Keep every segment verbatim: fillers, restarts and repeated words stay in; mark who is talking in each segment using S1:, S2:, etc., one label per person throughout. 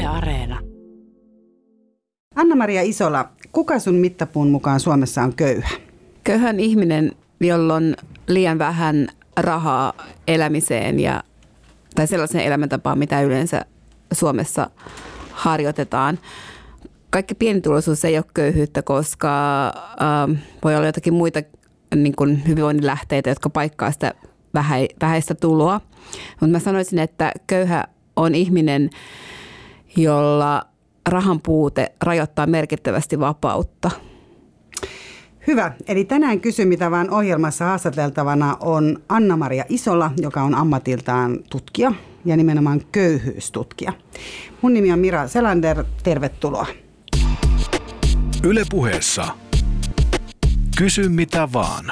S1: Yle Areena.
S2: Anna-Maria Isola, kuka sun mittapuun mukaan Suomessa on köyhä?
S3: Köyhä on ihminen, jolla on liian vähän rahaa elämiseen ja, tai sellaiseen elämäntapaan, mitä yleensä Suomessa harjoitetaan. Kaikki pienituloisuus ei ole köyhyyttä, koska äh, voi olla jotakin muita niin kuin hyvinvoinnin lähteitä, jotka paikkaa sitä vähä, vähäistä tuloa. Mutta mä sanoisin, että köyhä on ihminen, jolla rahan puute rajoittaa merkittävästi vapautta.
S2: Hyvä. Eli tänään Kysy mitä vaan -ohjelmassa haastateltavana on Anna-Maria Isola, joka on ammatiltaan tutkija ja nimenomaan köyhyystutkija. Mun nimi on Mira Selander. Tervetuloa.
S4: Yle Puheessa. Kysy mitä vaan.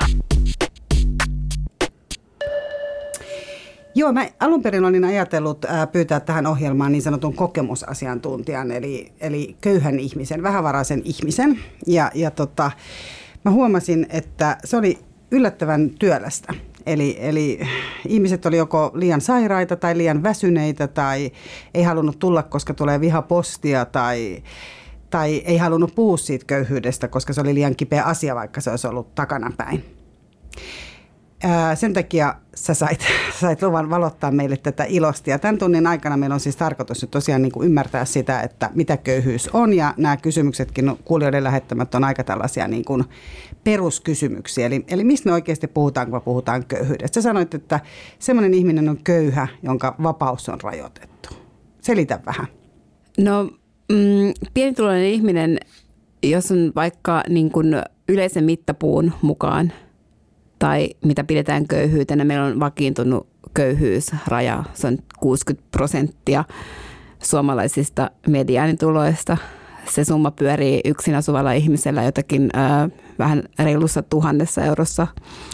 S2: Joo, mä alun perin olin ajatellut pyytää tähän ohjelmaan niin sanotun kokemusasiantuntijan, eli, eli köyhän ihmisen, vähävaraisen ihmisen. Ja, ja tota, mä huomasin, että se oli yllättävän työlästä. Eli, eli ihmiset oli joko liian sairaita tai liian väsyneitä tai ei halunnut tulla, koska tulee vihapostia tai, tai ei halunnut puhua siitä köyhyydestä, koska se oli liian kipeä asia, vaikka se olisi ollut takanapäin. Ää, sen takia sä sait, sait luvan valottaa meille tätä ilosti. Ja tämän tunnin aikana meillä on siis tarkoitus nyt tosiaan niin kuin ymmärtää sitä, että mitä köyhyys on. Ja nämä kysymyksetkin kuulijoiden lähettämät on aika tällaisia niin kuin peruskysymyksiä. Eli, eli mistä me oikeasti puhutaan, kun me puhutaan köyhyydestä? Sä sanoit, että semmoinen ihminen on köyhä, jonka vapaus on rajoitettu. Selitä vähän.
S3: No mm, pienituloinen ihminen, jos on vaikka niin kuin yleisen mittapuun mukaan, tai mitä pidetään köyhyytenä. Meillä on vakiintunut köyhyysraja, se on kuusikymmentä prosenttia suomalaisista mediaanituloista. Se summa pyörii yksin asuvalla ihmisellä jotakin äh, vähän reilussa tuhannessa eurossa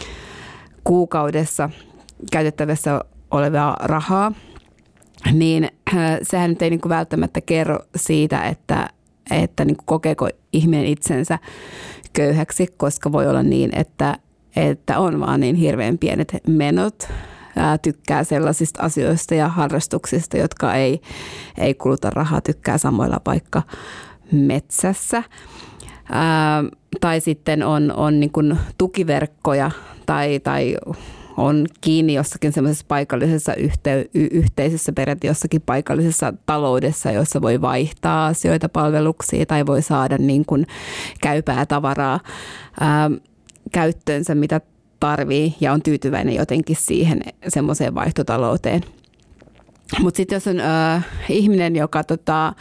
S3: kuukaudessa käytettävissä olevaa rahaa. Niin äh, sehän nyt ei niin kuin välttämättä kerro siitä, että, että niin kuin kokeeko ihminen itsensä köyhäksi, koska voi olla niin, että että on vaan niin hirveän pienet menot, ää, tykkää sellaisista asioista ja harrastuksista, jotka ei, ei kuluta rahaa, tykkää samoilla vaikka metsässä. Ää, tai sitten on, on niin kuin tukiverkkoja tai, tai on kiinni jossakin semmoisessa paikallisessa yhte, y- yhteisössä, periaatteessa jossakin paikallisessa taloudessa, jossa voi vaihtaa asioita, palveluksia tai voi saada niin kuin käypää tavaraa ää, käyttöönsä, mitä tarvii ja on tyytyväinen jotenkin siihen semmoiseen vaihtotalouteen. Mutta sitten jos on ö, ihminen, joka tota,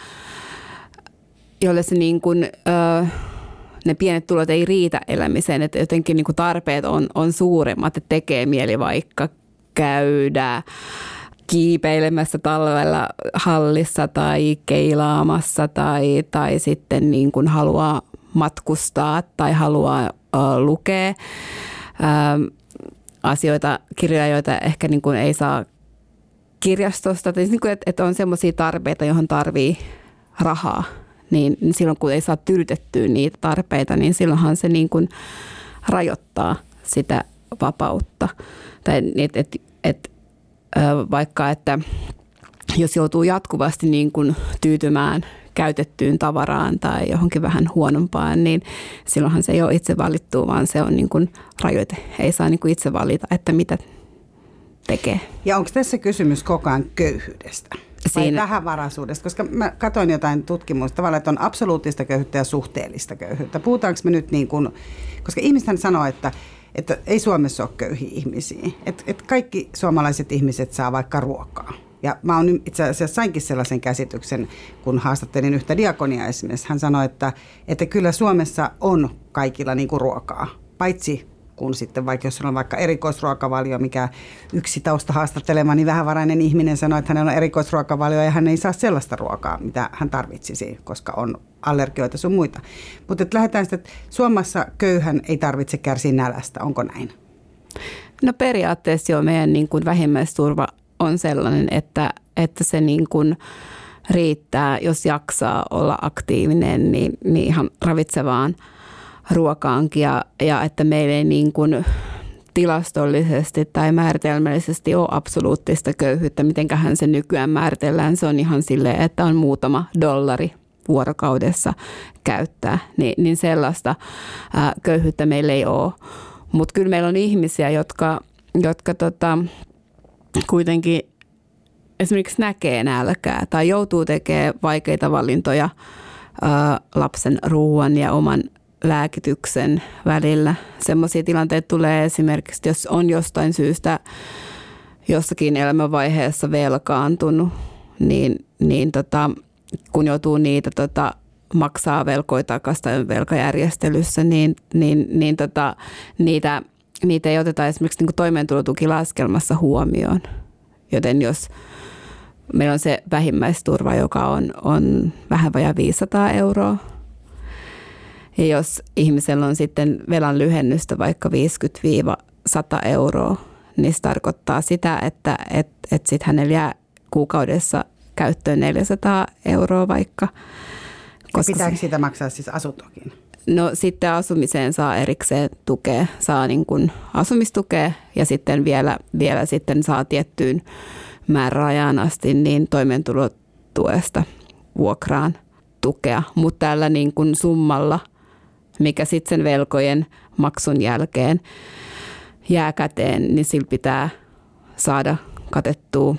S3: jolle se niin kun, ö, ne pienet tulot ei riitä elämiseen, että jotenkin niin kun tarpeet on, on suuremmat, että tekee mieli vaikka käydä kiipeilemässä talvella hallissa tai keilaamassa tai, tai sitten niin kun haluaa matkustaa tai haluaa lukee ähm, asioita, kirjoja, joita ehkä niin kuin ei saa kirjastosta. Niin kuin, että, että on semmoisia tarpeita, johon tarvii rahaa. Niin silloin kun ei saa tyydytettyä niitä tarpeita, niin silloinhan se niin kuin rajoittaa sitä vapautta. Tai et, et, et, vaikka, että jos joutuu jatkuvasti niin kuin tyytymään käytettyyn tavaraan tai johonkin vähän huonompaan, niin silloinhan se ei ole itse valittu, vaan se on niin kuin rajoite. Ei saa niin kuin itse valita, että mitä tekee.
S2: Ja onko tässä kysymys koko ajan köyhyydestä vai
S3: Siinä
S2: vähävaraisuudesta? Koska mä katsoin jotain tutkimusta tavallaan, että on absoluuttista köyhyyttä ja suhteellista köyhyyttä. Puhutaanko me nyt niin kuin, koska ihmisethän sanoo, että, että ei Suomessa ole köyhiä ihmisiä. Että, että kaikki suomalaiset ihmiset saa vaikka ruokaa. Ja mä oon itse asiassa sainkin sellaisen käsityksen, kun haastattelin yhtä diakonia esimerkiksi. Hän sanoi, että, että kyllä Suomessa on kaikilla niinku ruokaa, paitsi kun sitten vaikka jos on vaikka erikoisruokavalio, mikä yksi tausta haastattelemani vähävarainen ihminen sanoi, että hänellä on erikoisruokavalio ja hän ei saa sellaista ruokaa, mitä hän tarvitsisi, koska on allergioita sun muita. Mutta lähdetään sitten, että Suomessa köyhän ei tarvitse kärsiä nälästä, onko näin?
S3: No periaatteessa jo meidän niin kuin vähimmäisturva on sellainen, että, että se niin kuin riittää, jos jaksaa olla aktiivinen, niin, niin ihan ravitsevaan ruokaankin ja, ja että meillä ei niin kuin tilastollisesti tai määritelmällisesti ole absoluuttista köyhyyttä. Mitenköhän se nykyään määritellään? Se on ihan silleen, että on muutama dollari vuorokaudessa käyttää. Ni, niin sellaista ää, köyhyyttä meillä ei ole. Mutta kyllä meillä on ihmisiä, jotka, jotka tota, kuitenkin esimerkiksi näkee nälkää tai joutuu tekemään vaikeita valintoja ää, lapsen ruoan ja oman lääkityksen välillä. Semmoisia tilanteita tulee esimerkiksi, jos on jostain syystä jossakin elämänvaiheessa velkaantunut, niin, niin tota, kun joutuu niitä tota, maksaa velkoja takaisin velkajärjestelyssä, niin, niin, niin tota, niitä, niitä ei oteta esimerkiksi niin toimeentulotukilaskelmassa huomioon. Joten jos meillä on se vähimmäisturva, joka on, on vähän vajaa viisisataa euroa, ja jos ihmisellä on sitten velan lyhennystä vaikka viisikymmentä sata euroa, niin se tarkoittaa sitä, että et, et sitten hänellä jää kuukaudessa käyttöön neljäsataa euroa vaikka.
S2: Koska pitääkö siitä maksaa siis asuntokin?
S3: No sitten asumiseen saa erikseen tukea, saa niin kuin asumistukea ja sitten vielä, vielä sitten saa tiettyyn määrärajaan asti niin toimeentulotuesta vuokraan tukea. Mutta tällä niin kuin summalla, mikä sitten sen velkojen maksun jälkeen jää käteen, niin sillä pitää saada katettua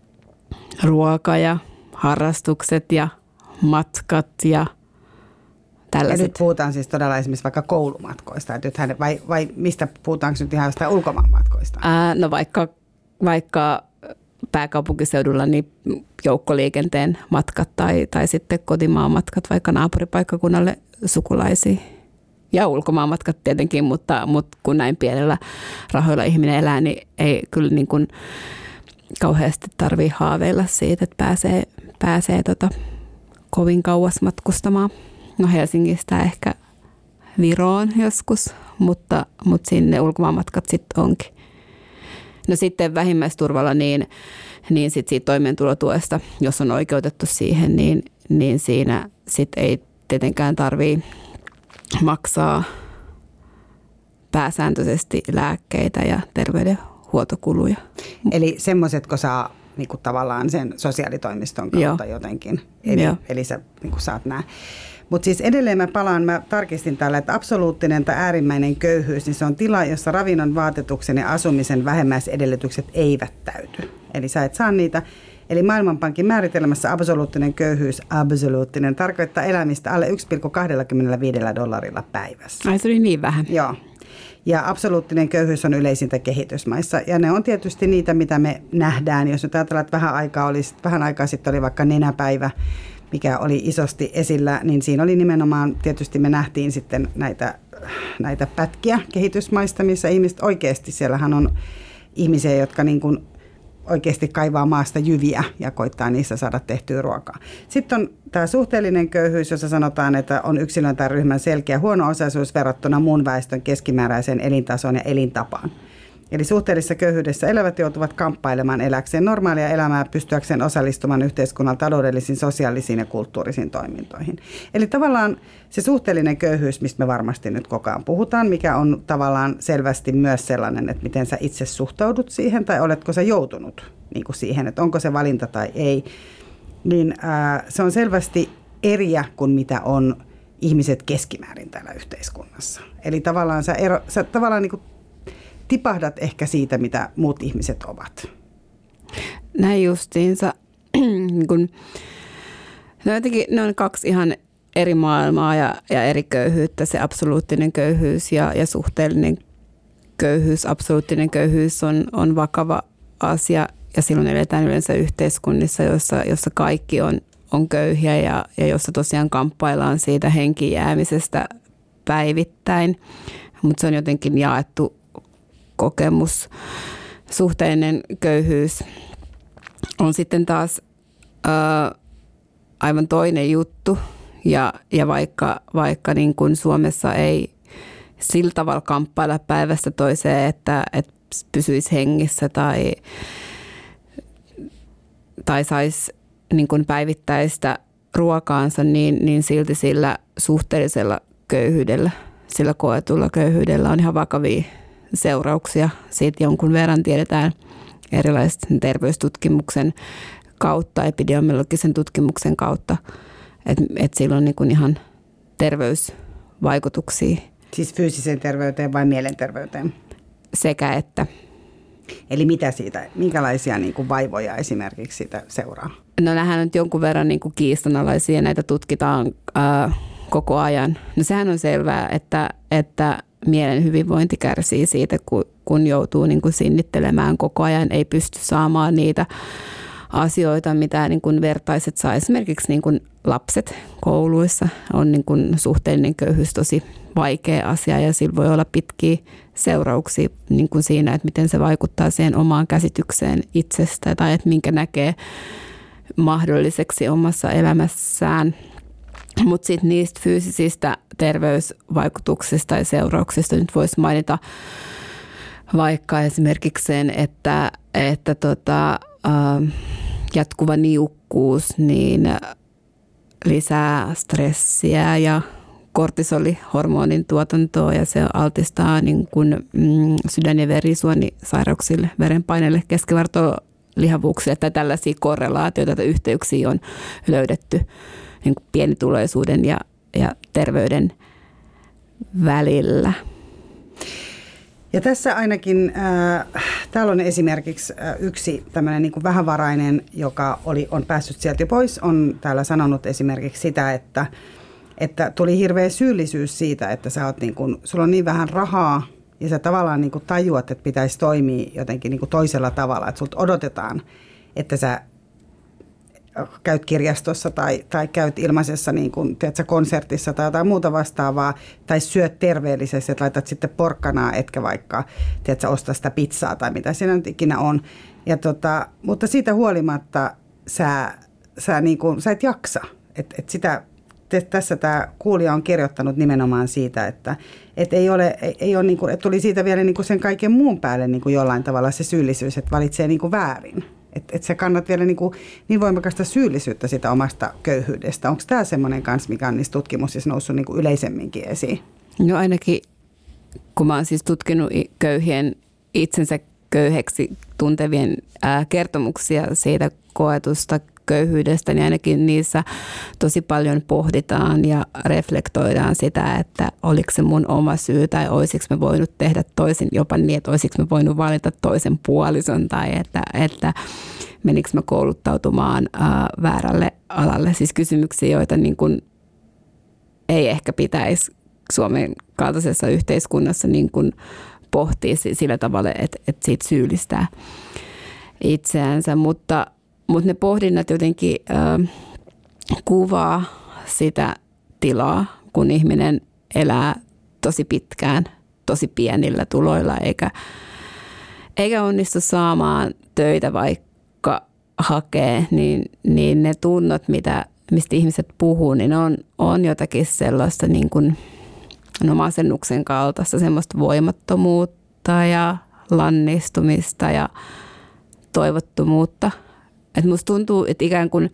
S3: ruoka ja harrastukset ja matkat ja tällaiset.
S2: Ja nyt puhutaan siis todella esimerkiksi vaikka koulumatkoista, että nythän, vai, vai mistä puhutaanko nyt ihan jostain ulkomaanmatkoista?
S3: Ää, no vaikka, vaikka pääkaupunkiseudulla niin joukkoliikenteen matkat tai, tai sitten kotimaan matkat vaikka naapuripaikkakunnalle sukulaisiin. Ja ulkomaanmatkat tietenkin, mutta, mutta kun näin pienellä rahoilla ihminen elää, niin ei kyllä niin kuin kauheasti tarvitse haaveilla siitä, että pääsee, pääsee tota kovin kauas matkustamaan. No Helsingistä ehkä Viroon joskus, mutta, mutta sinne ulkomaanmatkat sitten onkin. No sitten vähimmäisturvalla, niin, niin sit siitä toimeentulotuesta, jos on oikeutettu siihen, niin, niin siinä sitten ei tietenkään tarvitse maksaa pääsääntöisesti lääkkeitä ja terveydenhuoltokuluja.
S2: Eli semmoisetko saa niin kuin tavallaan sen sosiaalitoimiston kautta Joo. jotenkin. Eli, eli sä niin kuin saat nämä. Mutta siis edelleen mä palaan, mä tarkistin täällä, että absoluuttinen tai äärimmäinen köyhyys, niin se on tila, jossa ravinnon, vaatetuksen ja asumisen vähemmäisedellytykset eivät täyty. Eli sä et saa niitä. Eli Maailmanpankin määritelmässä absoluuttinen köyhyys, absoluuttinen, tarkoittaa elämistä alle yksi pilkku kaksikymmentäviisi dollarilla päivässä.
S3: Ai se oli niin vähän.
S2: Joo. Ja absoluuttinen köyhyys on yleisintä kehitysmaissa. Ja ne on tietysti niitä, mitä me nähdään. Jos nyt ajatellaan, että vähän aikaa, oli, vähän aikaa sitten oli vaikka nenäpäivä, mikä oli isosti esillä, niin siinä oli nimenomaan, tietysti me nähtiin sitten näitä, näitä pätkiä kehitysmaista, missä ihmiset oikeasti, siellähän on ihmisiä, jotka niin kuin oikeasti kaivaa maasta jyviä ja koittaa niissä saada tehtyä ruokaa. Sitten on tämä suhteellinen köyhyys, jossa sanotaan, että on yksilön tai ryhmän selkeä huono-osaisuus verrattuna muun väestön keskimääräiseen elintasoon ja elintapaan. Eli suhteellisessa köyhyydessä elävät joutuvat kamppailemaan eläkseen normaalia elämää pystyäkseen osallistumaan yhteiskunnan taloudellisiin, sosiaalisiin ja kulttuurisiin toimintoihin. Eli tavallaan se suhteellinen köyhyys, mistä me varmasti nyt koko ajan puhutaan, mikä on tavallaan selvästi myös sellainen, että miten sä itse suhtaudut siihen tai oletko sä joutunut niin kuin siihen, että onko se valinta tai ei, niin ää, se on selvästi eriä kuin mitä on ihmiset keskimäärin täällä yhteiskunnassa. Eli tavallaan sä, ero, sä tavallaan niin kuin tipahdat ehkä siitä, mitä muut ihmiset ovat.
S3: Näin justiinsa. kun, no jotenkin ne on kaksi ihan eri maailmaa ja, ja eri köyhyyttä. Se absoluuttinen köyhyys ja, ja suhteellinen köyhyys. Absoluuttinen köyhyys on, on vakava asia ja silloin eletään yleensä yhteiskunnissa, jossa, jossa kaikki on, on köyhiä ja, ja jossa tosiaan kamppaillaan siitä henkiin jäämisestä päivittäin. Mutta se on jotenkin jaettu kokemus. Suhteellinen köyhyys on sitten taas ää, aivan toinen juttu ja, ja vaikka, vaikka niin kuin Suomessa ei sillä tavalla kamppailla päivästä toiseen, että, että pysyisi hengissä tai, tai saisi niin kuin päivittäistä ruokaansa, niin, niin silti sillä suhteellisella köyhyydellä, sillä koetulla köyhyydellä on ihan vakavia seurauksia. Siitä jonkun verran tiedetään erilaisten terveystutkimuksen kautta, epidemiologisen tutkimuksen kautta, että et sillä on niin kuin ihan terveysvaikutuksia.
S2: Siis fyysiseen terveyteen vai mielenterveyteen?
S3: Sekä että.
S2: Eli mitä siitä, minkälaisia niin kuin vaivoja esimerkiksi siitä seuraa?
S3: No nämähän on jonkun verran niin kuin kiistanalaisia ja näitä tutkitaan ää, koko ajan. No sehän on selvää, että, että mielen hyvinvointi kärsii siitä, kun, kun joutuu niin kuin sinnittelemään koko ajan, ei pysty saamaan niitä asioita, mitä niin kuin vertaiset saa. Esimerkiksi niin kuin lapset kouluissa on niin kuin suhteellinen köyhyys tosi vaikea asia ja sillä voi olla pitkiä seurauksia niin kuin siinä, että miten se vaikuttaa siihen omaan käsitykseen itsestä tai että minkä näkee mahdolliseksi omassa elämässään. Mutta sitten niistä fyysisistä terveysvaikutuksista ja seurauksista nyt voisi mainita vaikka esimerkiksi sen, että, että tota, äh, jatkuva niukkuus niin lisää stressiä ja kortisolihormonin tuotantoa ja se altistaa niin kuin, mm, sydän- ja verisuonisairauksille, verenpaineelle, keskivartalihavuuksille tai tällaisia korrelaatioita tai yhteyksiä on löydetty niin kuin pienituloisuuden ja, ja terveyden välillä.
S2: Ja tässä ainakin, äh, täällä on esimerkiksi äh, yksi tämmöinen niin kuin vähävarainen, joka oli, on päässyt sieltä pois, on täällä sanonut esimerkiksi sitä, että, että tuli hirveä syyllisyys siitä, että sä oot niin kuin, sulla on niin vähän rahaa ja sä tavallaan niin kuin tajuat, että pitäisi toimia jotenkin niin kuin toisella tavalla, että sulta odotetaan, että sä käyt kirjastossa tai, tai käyt ilmaisessa niin kuin, tiedätkö, konsertissa tai jotain muuta vastaavaa, tai syöt terveellisesti, että laitat sitten porkkanaa, etkä vaikka tiedätkö, osta sitä pizzaa tai mitä siinä nyt ikinä on. Ja tota, mutta siitä huolimatta sä, sä, niin kuin, sä et jaksa. Et, et sitä, te, tässä tämä kuulija on kirjoittanut nimenomaan siitä, että et ei ole, ei, ei ole, niin kuin, että tuli siitä vielä niin kuin sen kaiken muun päälle niin kuin jollain tavalla se syyllisyys, että valitsee niin kuin väärin. Että et sä kannat vielä niin, kuin, niin voimakasta syyllisyyttä sitä omasta köyhyydestä. Onko tämä semmoinen kanssa, mikä on niissä tutkimuksissa noussut niin kuin yleisemminkin esiin?
S3: No ainakin, kun mä oon siis tutkinut köyhien itsensä köyheksi tuntevien ää, kertomuksia siitä koetusta köyhyydestä, niin ainakin niissä tosi paljon pohditaan ja reflektoidaan sitä, että oliko se mun oma syy tai olisiko mä voinut tehdä toisin, jopa niin, että olisiko mä voinut valita toisen puolison tai että, että menikö mä kouluttautumaan ää, väärälle alalle. Siis kysymyksiä, joita niin kuin ei ehkä pitäisi Suomen kaltaisessa yhteiskunnassa niin kuin pohtia sillä tavalla, että, että siitä syyllistää itseänsä, mutta Mutta ne pohdinnat jotenkin ö, kuvaa sitä tilaa, kun ihminen elää tosi pitkään, tosi pienillä tuloilla, eikä, eikä onnistu saamaan töitä vaikka hakee, niin, niin ne tunnot, mitä, mistä ihmiset puhuu, niin on, on jotakin sellaista niin kuin no masennuksen kaltaista, semmoista voimattomuutta ja lannistumista ja toivottomuutta. Että musta tuntuu, että ikään kuin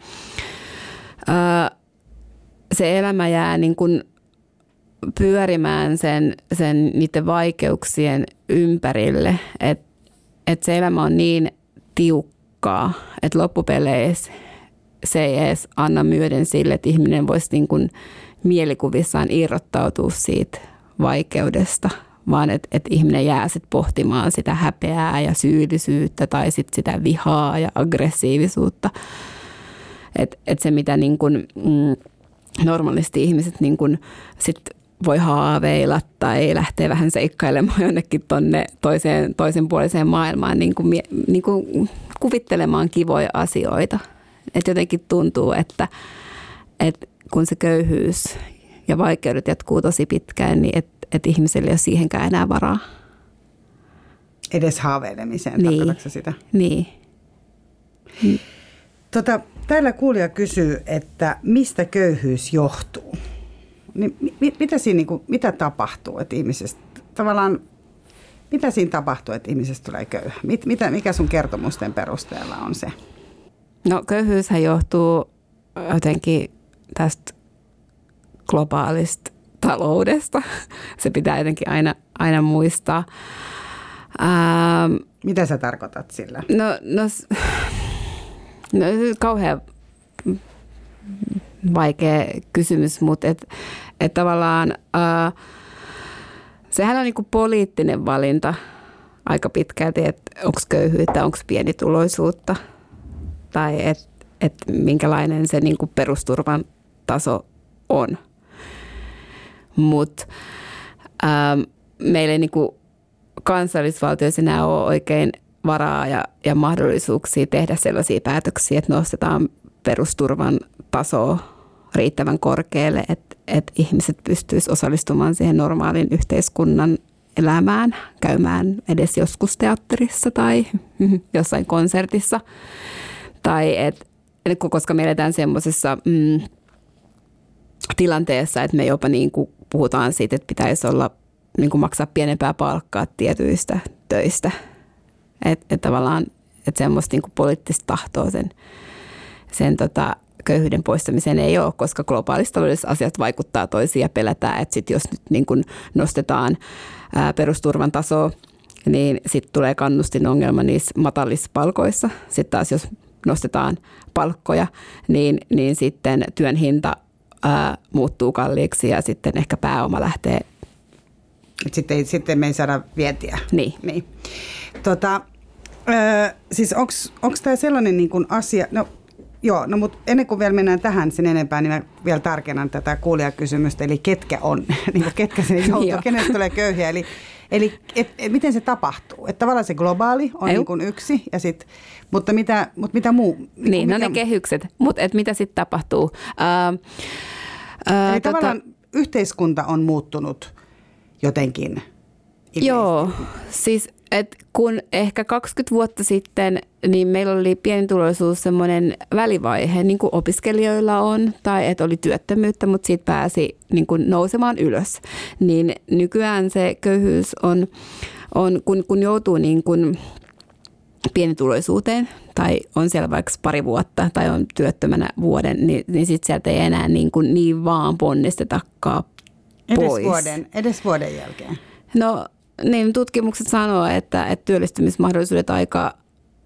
S3: ää, se elämä jää niin kuin pyörimään sen, sen niiden vaikeuksien ympärille. Että et se elämä on niin tiukkaa, että loppupeleissä se ei edes anna myöden sille, että ihminen voisi niin kuin mielikuvissaan irrottautua siitä vaikeudesta, vaan että et ihminen jää sit pohtimaan sitä häpeää ja syyllisyyttä tai sit sitä vihaa ja aggressiivisuutta. Että et se, mitä niin kun, mm, normaalisti ihmiset niin kun sit voi haaveilla tai lähteä vähän seikkailemaan jonnekin tonne toiseen, toisen puoliseen maailmaan, niin kun, niin kun kuvittelemaan kivoja asioita. Että jotenkin tuntuu, että, että kun se köyhyys ja vaikeudet jatkuu tosi pitkään, niin että että ihmisellä ei ole siihenkään enää varaa.
S2: Edes haaveilemiseen,
S3: niin.
S2: Tarkoitatko sitä?
S3: Niin.
S2: Tota, täällä kuulija kysyy, että mistä köyhyys johtuu? Niin, mit, mitä, siinä, niin kuin, mitä tapahtuu, että ihmisestä, tavallaan, mitä siinä tapahtuu, että ihmisestä tulee köyhä? Mit, mitä, mikä sun kertomusten perusteella on se?
S3: No köyhyyshän johtuu jotenkin tästä globaalista taloudesta. Se pitää jotenkin aina, aina muistaa. Ähm,
S2: Mitä sä tarkoitat sillä?
S3: No, no, no kauhean vaikea kysymys, mutta et, et tavallaan äh, sehän on niinku poliittinen valinta aika pitkälti, että onko köyhyyttä, onko pienituloisuutta tai että et minkälainen se niinku perusturvan taso on. Mutta ähm, meillä ei niinku kansallisvaltioissa enää ole oikein varaa ja, ja mahdollisuuksia tehdä sellaisia päätöksiä, että nostetaan perusturvan tasoa riittävän korkealle, että, että ihmiset pystyisivät osallistumaan siihen normaaliin yhteiskunnan elämään, käymään edes joskus teatterissa tai jossain konsertissa. Tai et, koska me eletään semmoisessa mm, tilanteessa, että me jopa niin kuin puhutaan siitä, että pitäisi olla niin kuin maksaa pienempää palkkaa tietyistä töistä. Että et tavallaan että semmoista niin kuin poliittista tahtoa sen, sen tota, köyhyyden poistamiseen ei ole, koska globaalistaloudelliset asiat vaikuttaa toisiin ja pelätään, että sit jos nyt niin kuin nostetaan ää, perusturvan tasoa, niin sitten tulee kannustin ongelma niissä matalissa palkoissa. Sitten taas jos nostetaan palkkoja, niin, niin sitten työn hinta ää, muuttuu kalliiksi ja sitten ehkä pääoma lähtee.
S2: Sitten, sitten me ei saada vientiä.
S3: Niin.
S2: niin. Tota, ö, siis onko tämä sellainen niin kuin asia, no joo, no mutta ennen kuin vielä mennään tähän sen enempää, niin mä vielä tarkennan tätä kuulijakysymystä, eli ketkä on, niin kuin ketkä se joutuu, kenestä tulee köyhiä, eli, eli et, et, miten se tapahtuu? Että tavallaan se globaali on niin kuin yksi, ja sit, mutta, mitä, mutta mitä muu?
S3: Niin,
S2: mikä,
S3: no ne kehykset, mutta et mitä sitten tapahtuu? Uh, uh,
S2: eli
S3: tota,
S2: tavallaan yhteiskunta on muuttunut jotenkin. Ilmeisesti.
S3: Joo, siis et kun ehkä kaksikymmentä vuotta sitten, niin meillä oli pienituloisuus semmoinen välivaihe, niin kuin opiskelijoilla on, tai että oli työttömyyttä, mutta siitä pääsi niin kuin nousemaan ylös. Niin nykyään se köyhyys on, on kun, kun joutuu niin kuin pienituloisuuteen, tai on siellä vaikka pari vuotta, tai on työttömänä vuoden, niin, niin sitten sieltä ei enää niin, kuin niin vaan ponnistetakaan pois.
S2: Edes vuoden, edes vuoden jälkeen.
S3: No niin, tutkimukset sanoo, että, että työllistymismahdollisuudet aika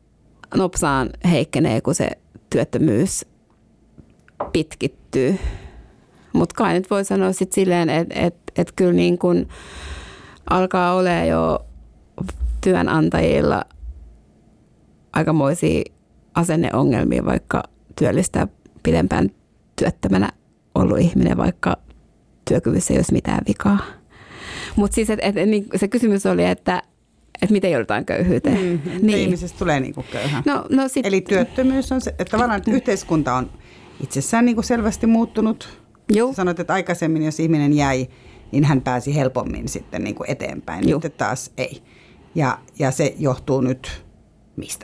S3: nopsaan heikkenee, kun se työttömyys pitkittyy. Mutta kai nyt voi sanoa sitten silleen, että, että, että kyllä niin kun alkaa olemaan jo työnantajilla aikamoisia asenneongelmia, vaikka työllistää pidempään työttömänä ollut ihminen, vaikka työkyvyssä ei olisi mitään vikaa. Mutta siis et, et, et, se kysymys oli, että et miten joudutaan köyhyyteen.
S2: Mm-hmm. Niin. Ihmisestä tulee niinku köyhä.
S3: No, no sit,
S2: Eli työttömyys on se, että tavallaan yhteiskunta on itsessään niinku selvästi muuttunut.
S3: Joo.
S2: Sanoit, että aikaisemmin jos ihminen jäi, niin hän pääsi helpommin sitten niinku eteenpäin.
S3: Joo.
S2: Nyt taas ei. Ja, ja se johtuu nyt mistä?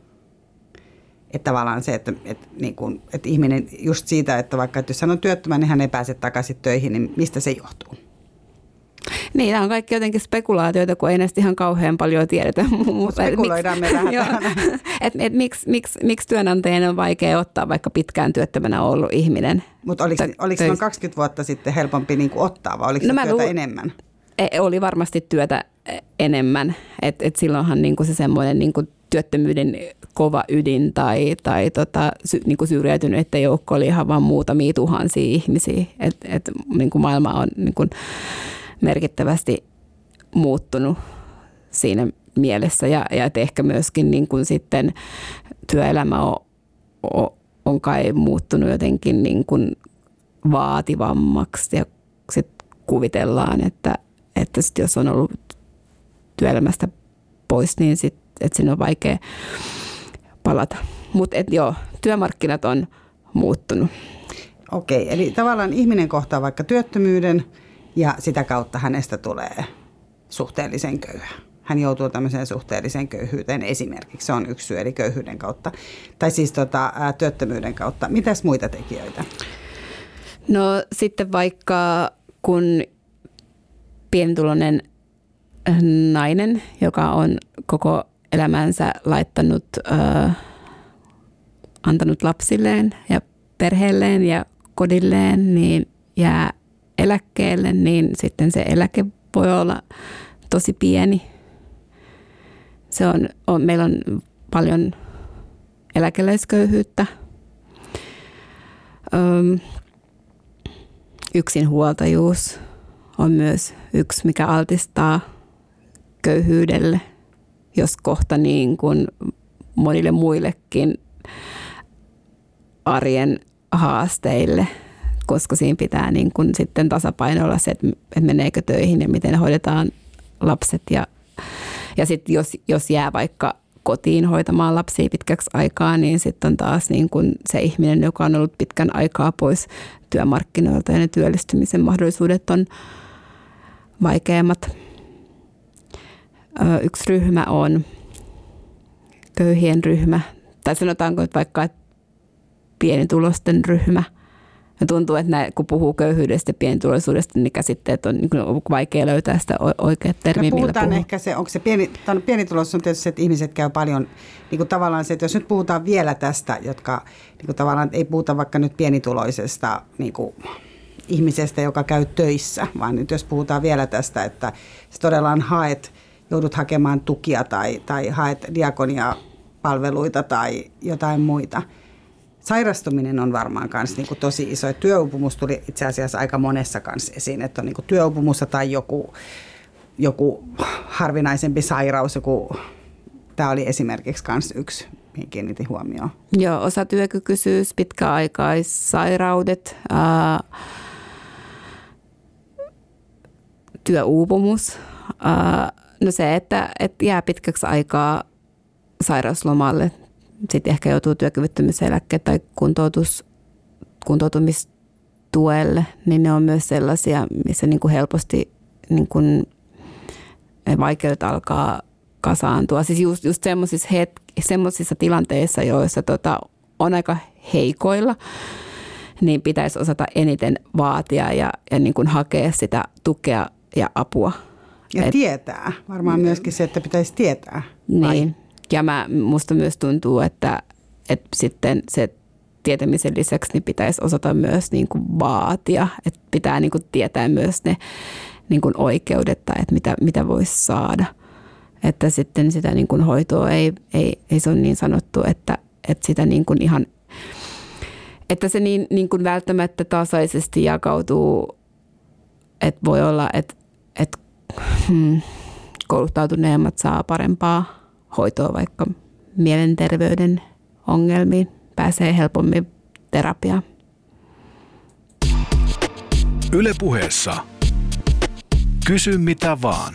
S2: Että tavallaan se, että, että, niin kuin, että ihminen just siitä, että vaikka että jos hän on työttömän, niin hän ei pääse takaisin töihin, niin mistä se johtuu?
S3: Niin, nämä on kaikki jotenkin spekulaatioita, kun ei näistä ihan kauhean paljon tiedetä.
S2: Spekuloidaan me vähän tähän.
S3: Että et, miksi miks, miks työnantajien on vaikea ottaa vaikka pitkään työttömänä ollut ihminen?
S2: Mutta oliko, oliko noin kaksikymmentä vuotta sitten helpompi niin kuin ottaa vai oliko no se työtä lu- enemmän?
S3: Oli varmasti työtä enemmän. Että et silloinhan niin kuin se semmoinen niin kuin työttömyyden kova ydin tai, tai tota, sy, niin kuin syrjäytyneiden joukko oli ihan vain muutamia tuhansia ihmisiä. Että et, niin kuin maailma on niin kuin merkittävästi muuttunut siinä mielessä ja, ja että ehkä myöskin niin kuin sitten työelämä on, on, on kai muuttunut jotenkin niin kuin vaativammaksi ja sitten kuvitellaan, että, että sit jos on ollut työelämästä pois, niin sit, että siinä on vaikea palata. Mutta joo, työmarkkinat on muuttunut.
S2: Okei, eli tavallaan ihminen kohtaa vaikka työttömyyden ja sitä kautta hänestä tulee suhteellisen köyhä. Hän joutuu tämmöiseen suhteelliseen köyhyyteen esimerkiksi. Se on yksi syy, eli köyhyyden kautta. Tai siis tota, ää, työttömyyden kautta. Mitäs muita tekijöitä?
S3: No sitten vaikka kun pienituloinen nainen, joka on koko elämänsä laittanut, äh, antanut lapsilleen ja perheelleen ja kodilleen, niin jää eläkkeelle, niin sitten se eläke voi olla tosi pieni. Se on, on, meillä on paljon eläkeläisköyhyyttä, Öm, yksinhuoltajuus on myös yksi, mikä altistaa köyhyydelle, jos kohta niin kuin monille muillekin arjen haasteille, koska siinä pitää niin kuin sitten tasapainoilla se, että meneekö töihin ja miten hoidetaan lapset. Ja, ja sitten jos, jos jää vaikka kotiin hoitamaan lapsia pitkäksi aikaa, niin sitten on taas niin kuin se ihminen, joka on ollut pitkän aikaa pois työmarkkinoilta ja ne työllistymisen mahdollisuudet on vaikeammat. Yksi ryhmä on köyhien ryhmä, tai sanotaanko nyt vaikka että pienituloisten ryhmä. Ja tuntuu, että näin, kun puhuu köyhyydestä ja pienituloisuudesta, niin käsitteet on niin vaikea löytää sitä oikeaa termiä,
S2: no,
S3: millä
S2: puhutaan
S3: puhuu.
S2: ehkä se, onko se pieni, pienituloisuus on tietysti se, että ihmiset käy paljon, niin kuin tavallaan se, että jos nyt puhutaan vielä tästä, jotka niin kuin tavallaan ei puhuta vaikka nyt pienituloisesta niin kuin ihmisestä, joka käy töissä, vaan nyt jos puhutaan vielä tästä, että se todellaan haet, joudut hakemaan tukia tai, tai haet diakoniapalveluita tai jotain muita. Sairastuminen on varmaan myös niin kuin tosi iso. Työuupumus tuli itse asiassa aika monessa kanssa esiin, että on niin kuin työuupumusta tai joku, joku harvinaisempi sairaus. Joku, tämä oli esimerkiksi myös yksi, mihin kiinnitin huomioon.
S3: Joo, osatyökykyisyys, pitkäaikaissairaudet, ää, työuupumus. Ää, no se, että, että jää pitkäksi aikaa sairauslomalle. Sitten ehkä joutuu työkyvyttömyyseläkkeelle tai kuntoutus, kuntoutumistuelle, niin ne on myös sellaisia, missä niin kuin helposti niin kuin vaikeudet alkaa kasaantua. Siis just, just semmoisissa, hetk- semmoisissa tilanteissa, joissa tota, on aika heikoilla, niin pitäisi osata eniten vaatia ja, ja niin kuin hakea sitä tukea ja apua.
S2: Ja
S3: Et,
S2: tietää. Varmaan myöskin se, että pitäisi tietää.
S3: Niin. Ja mä, musta myös tuntuu, että, että sitten se tietämisen lisäksi niin pitäisi osata myös niin kuin vaatia. Että pitää niin kuin tietää myös ne niin kuin oikeudet tai että mitä, mitä voisi saada. Että sitten sitä niin kuin hoitoa ei, ei, ei se ole niin sanottu, että, että sitä niin kuin ihan, että se niin, niin kuin välttämättä tasaisesti jakautuu. Että voi olla, että, että hmm, kouluttautuneemmat saa parempaa hoitoa vaikka mielenterveyden ongelmiin, pääsee helpommin terapiaan.
S4: Yle Puheessa. Kysy mitä vaan.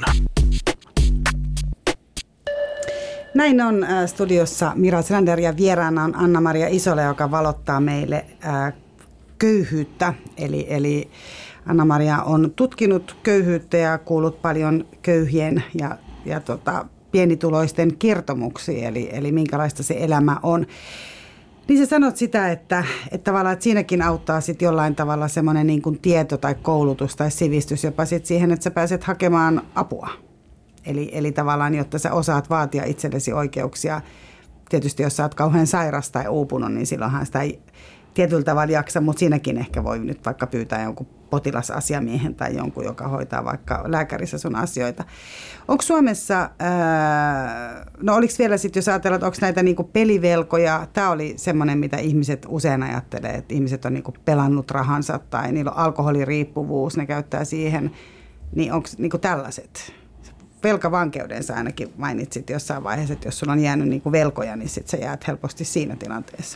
S2: Näin on studiossa Mira Selander ja vieraana on Anna-Maria Isola, joka valottaa meille ää, köyhyyttä. Eli, eli Anna-Maria on tutkinut köyhyyttä ja kuullut paljon köyhien ja, ja tota, pienituloisten kertomuksia, eli, eli minkälaista se elämä on. Niin sä sanot sitä, että, että tavallaan että siinäkin auttaa sit jollain tavalla semmoinen niin kuin tieto tai koulutus tai sivistys jopa sit siihen, että sä pääset hakemaan apua. Eli, eli tavallaan, jotta sä osaat vaatia itsellesi oikeuksia. Tietysti jos sä oot kauhean sairas tai uupunut, niin silloinhan sitä ei tietyllä tavalla jaksa, mutta siinäkin ehkä voi nyt vaikka pyytää jonkun potilasasiamiehen tai jonkun, joka hoitaa vaikka lääkärissä sun asioita. Onko Suomessa, ää, no oliko vielä sitten, jos ajatellaan, että onko näitä niinku pelivelkoja, tämä oli semmoinen, mitä ihmiset usein ajattelee, että ihmiset on niinku pelannut rahansa tai niillä on alkoholiriippuvuus, ne käyttää siihen, niin onko niinku tällaiset? Velkavankeudensa ainakin mainitsit jossain vaiheessa, että jos sulla on jäänyt niinku velkoja, niin sitten sä jäät helposti siinä tilanteessa.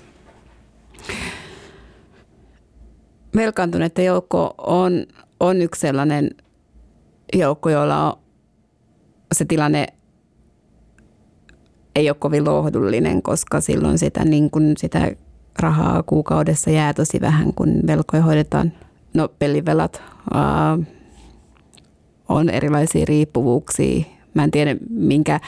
S3: Velkaantuneiden joukko on, on yksi sellainen joukko, jolla on se tilanne ei ole kovin lohdullinen, koska silloin sitä, niin kun sitä rahaa kuukaudessa jää tosi vähän, kun velkoja hoidetaan. No pelivelat, ää, on erilaisia riippuvuuksia. Mä en tiedä, minkä,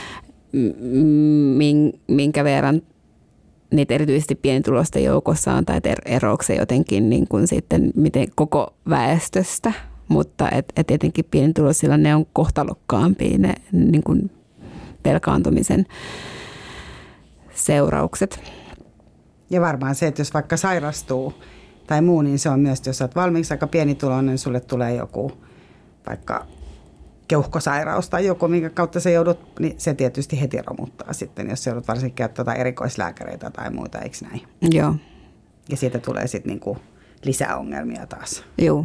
S3: minkä verran niitä erityisesti pienituloisten joukossa on, tai eroako se jotenkin niin kuin sitten miten koko väestöstä, mutta et, et tietenkin pienituloisilla ne on kohtalokkaampia ne niin kuin velkaantumisen seuraukset.
S2: Ja varmaan se, että jos vaikka sairastuu tai muu, niin se on myös, jos olet valmiiksi aika pienituloinen, sulle tulee joku vaikka keuhkosairaus tai joku, minkä kautta sä joudut, niin se tietysti heti romuttaa sitten, jos sä joudut varsinkin käyttää jotain erikoislääkäreitä tai muuta, eikö näin?
S3: Joo.
S2: Ja siitä tulee sitten niinku lisää ongelmia taas.
S3: Joo.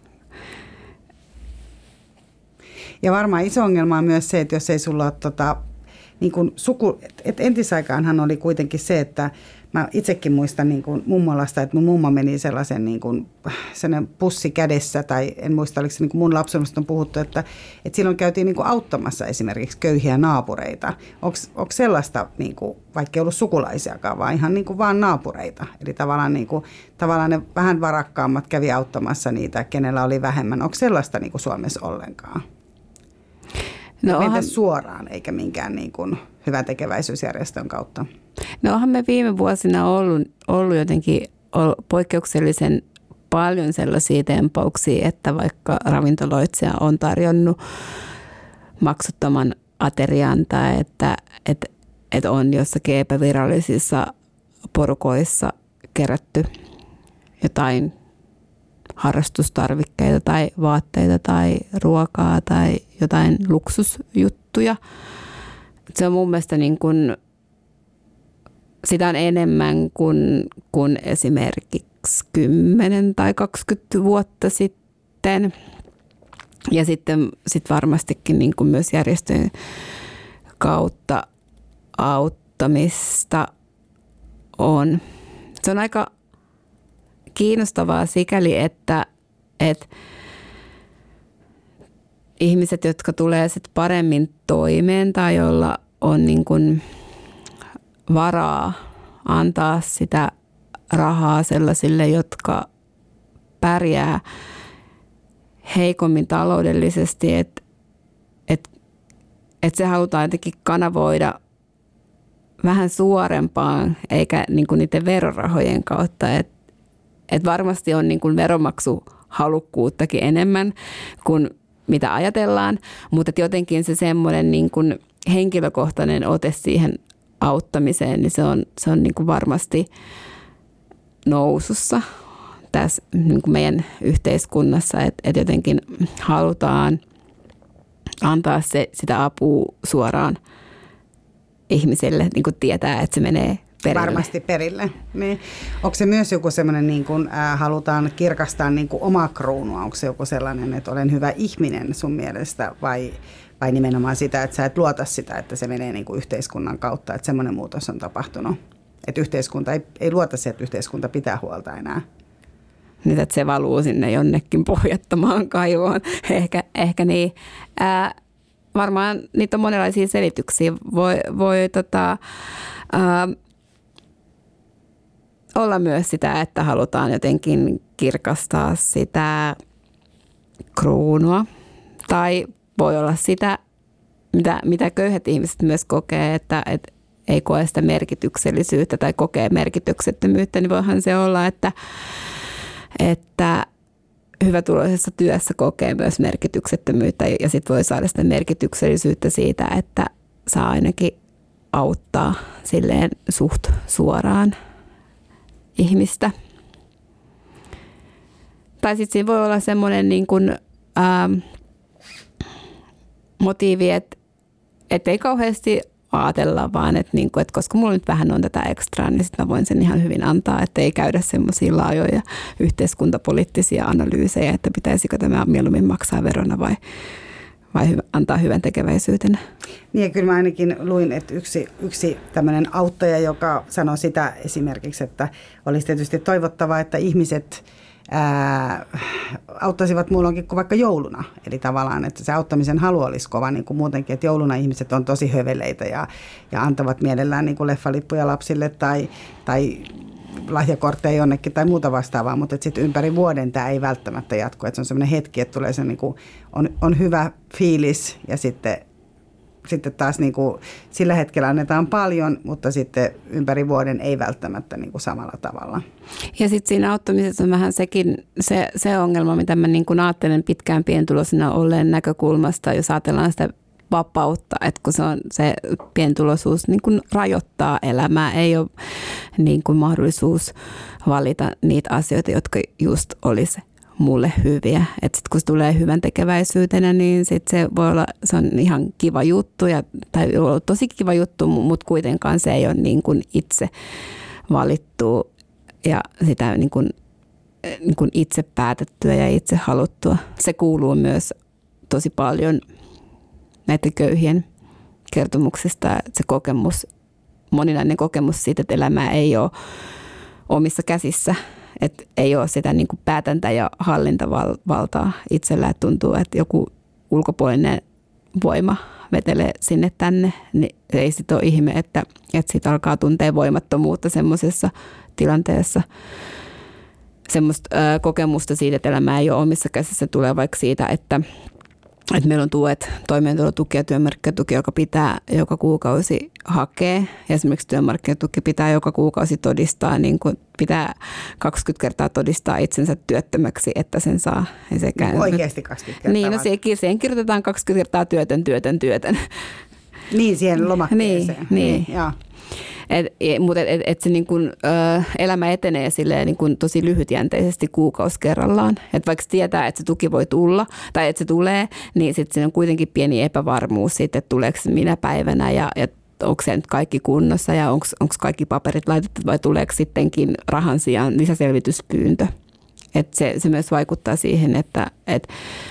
S2: Ja varmaan iso ongelma on myös se, että jos ei sulla ole tota, niin kuin suku, että entisaikaanhan oli kuitenkin se, että mä itsekin muistan niin kuin mummolasta, että mun mummo meni sellaisen niin kuin, sellainen pussi kädessä, tai en muista, oliko se niin kuin mun lapsuudesta on puhuttu, että, että silloin käytiin niin kuin auttamassa esimerkiksi köyhiä naapureita. Onko sellaista, niin kuin, vaikka ei ollut sukulaisiakaan, vaan ihan niin kuin vaan naapureita? Eli tavallaan, niin kuin, tavallaan ne vähän varakkaammat kävi auttamassa niitä, kenellä oli vähemmän. Onko sellaista niin kuin Suomessa ollenkaan? No onhan... Mentä suoraan, eikä minkään niin kuin hyvän tekeväisyysjärjestön kautta.
S3: No onhan me viime vuosina ollut, ollut jotenkin poikkeuksellisen paljon sellaisia tempauksia, että vaikka ravintoloitsija on tarjonnut maksuttoman aterian tai että, että, että on jossakin epävirallisissa porukoissa kerätty jotain harrastustarvikkeita tai vaatteita tai ruokaa tai jotain luksusjuttuja. Se on mun mielestä niin kuin, sitä on enemmän kuin, kuin esimerkiksi kymmenen tai kaksikymmentä vuotta sitten. Ja sitten sit varmastikin niin kuin myös järjestöjen kautta auttamista on. Se on aika kiinnostavaa sikäli, että, että ihmiset, jotka tulee sit paremmin toimeen tai joilla on niin kuin varaa antaa sitä rahaa sellaisille, jotka pärjää heikommin taloudellisesti, että et, et se halutaan jotenkin kanavoida vähän suorempaan, eikä niin kuin niiden verorahojen kautta, että et varmasti on niin kuin veronmaksuhalukkuuttakin enemmän kuin mitä ajatellaan, mutta jotenkin se semmoinen niin kuin henkilökohtainen ote siihen auttamiseen, niin se on, se on niin kuin varmasti nousussa tässä niin kuin meidän yhteiskunnassa, että, että jotenkin halutaan antaa se, sitä apua suoraan ihmiselle, niin kuin tietää, että se menee perille.
S2: Varmasti perille. Niin. Onko se myös joku sellainen, niin kuin äh, halutaan kirkastaa niin kuin omaa kruunua? Onko se joku sellainen, että olen hyvä ihminen sun mielestä vai, vai nimenomaan sitä, että sä et luota sitä, että se menee niin kuin yhteiskunnan kautta, että semmoinen muutos on tapahtunut? Että yhteiskunta ei, ei luota se, että yhteiskunta pitää huolta enää.
S3: Nyt, että se valuu sinne jonnekin pohjattomaan kaivoon. Ehkä, ehkä niin. Ää, varmaan niitä on monenlaisia selityksiä. Voi, voi tota, ää, olla myös sitä, että halutaan jotenkin kirkastaa sitä kruunua. Tai voi olla sitä, mitä, mitä köyhät ihmiset myös kokee, että et ei koe sitä merkityksellisyyttä tai kokee merkityksettömyyttä, niin voihan se olla, että, että hyvätuloisessa työssä kokee myös merkityksettömyyttä ja sitten voi saada sitä merkityksellisyyttä siitä, että saa ainakin auttaa silleen suht suoraan ihmistä. Tai sitten siinä voi olla semmoinen niin kuin, ähm, motiivi, että et ei kauheasti ajatella, vaan että, niin kuin, että koska mulla nyt vähän on tätä ekstraa, niin sitten mä voin sen ihan hyvin antaa, että ei käydä semmoisia laajoja yhteiskuntapoliittisia analyysejä, että pitäisikö tämä mieluummin maksaa verona vai, vai antaa hyvän tekeväisyytenä.
S2: Niin ja kyllä mä ainakin luin, että yksi, yksi tämmöinen auttaja, joka sanoi sitä esimerkiksi, että olisi tietysti toivottavaa, että ihmiset ää, auttaisivat muulloinkin kuin vaikka jouluna. Eli tavallaan, että se auttamisen halu olisi kova niin kuin muutenkin, että jouluna ihmiset on tosi höveleitä ja, ja antavat mielellään niin kuin leffalippuja lapsille tai, tai lahjakortteja jonnekin tai muuta vastaavaa, mutta sitten ympäri vuoden tämä ei välttämättä jatku. Että se on semmoinen hetki, että tulee se niin kuin, on, on hyvä fiilis ja sitten Sitten taas niin kuin, sillä hetkellä annetaan paljon, mutta sitten ympäri vuoden ei välttämättä niin kuin samalla tavalla.
S3: Ja sitten siinä auttamisessa on vähän sekin se, se ongelma, mitä mä niin kuin ajattelen pitkään pientuloisena olleen näkökulmasta, jos ajatellaan sitä vapautta, että kun se, on, se pientuloisuus niin kuin rajoittaa elämää, ei ole niin kuin mahdollisuus valita niitä asioita, jotka just olisi mulle hyviä. Että sitten kun se tulee hyvän tekeväisyytenä, niin sit se voi olla, se on ihan kiva juttu, ja, tai olla tosi kiva juttu, mutta kuitenkaan se ei ole niin kuin itse valittu ja sitä niin kuin, niin kuin itse päätettyä ja itse haluttua. Se kuuluu myös tosi paljon näiden köyhien kertomuksista, se kokemus, moninainen kokemus siitä, että elämää ei ole omissa käsissä, että ei ole sitä niin kuin päätäntä- ja hallintavaltaa itsellä, että tuntuu, että joku ulkopuolinen voima vetelee sinne tänne, niin ei sitten ole ihme, että, että siitä alkaa tuntea voimattomuutta semmoisessa tilanteessa. Semmoista ö, kokemusta siitä, että elämä ei ole omissa käsissä, tulee vaikka siitä, että Että meillä on tuet, toimeentulotuki ja työmarkkinatuki, joka pitää joka kuukausi hakea. Ja esimerkiksi työmarkkinatuki pitää joka kuukausi todistaa, niin kuin pitää kaksikymmentä kertaa todistaa itsensä työttömäksi, että sen saa.
S2: Niin oikeasti kaksikymmentä kertaa?
S3: Niin, no siihen, siihen kirjoitetaan kaksikymmentä kertaa työtön, työtön, työtön.
S2: Niin, siihen lomakkeeseen.
S3: Niin, niin.
S2: niin joo.
S3: Et, mutta et, et, et se niin kun, ö, elämä etenee silleen, niin kun tosi lyhytjänteisesti kuukausi kerrallaan. Et vaikka tietää, että se tuki voi tulla tai että se tulee, niin sitten siinä on kuitenkin pieni epävarmuus siitä, että tuleeko se minä päivänä ja, ja onko se nyt kaikki kunnossa ja onko kaikki paperit laitettu vai tuleeko sittenkin rahan sijaan lisäselvityspyyntö. Et se, se myös vaikuttaa siihen, että et,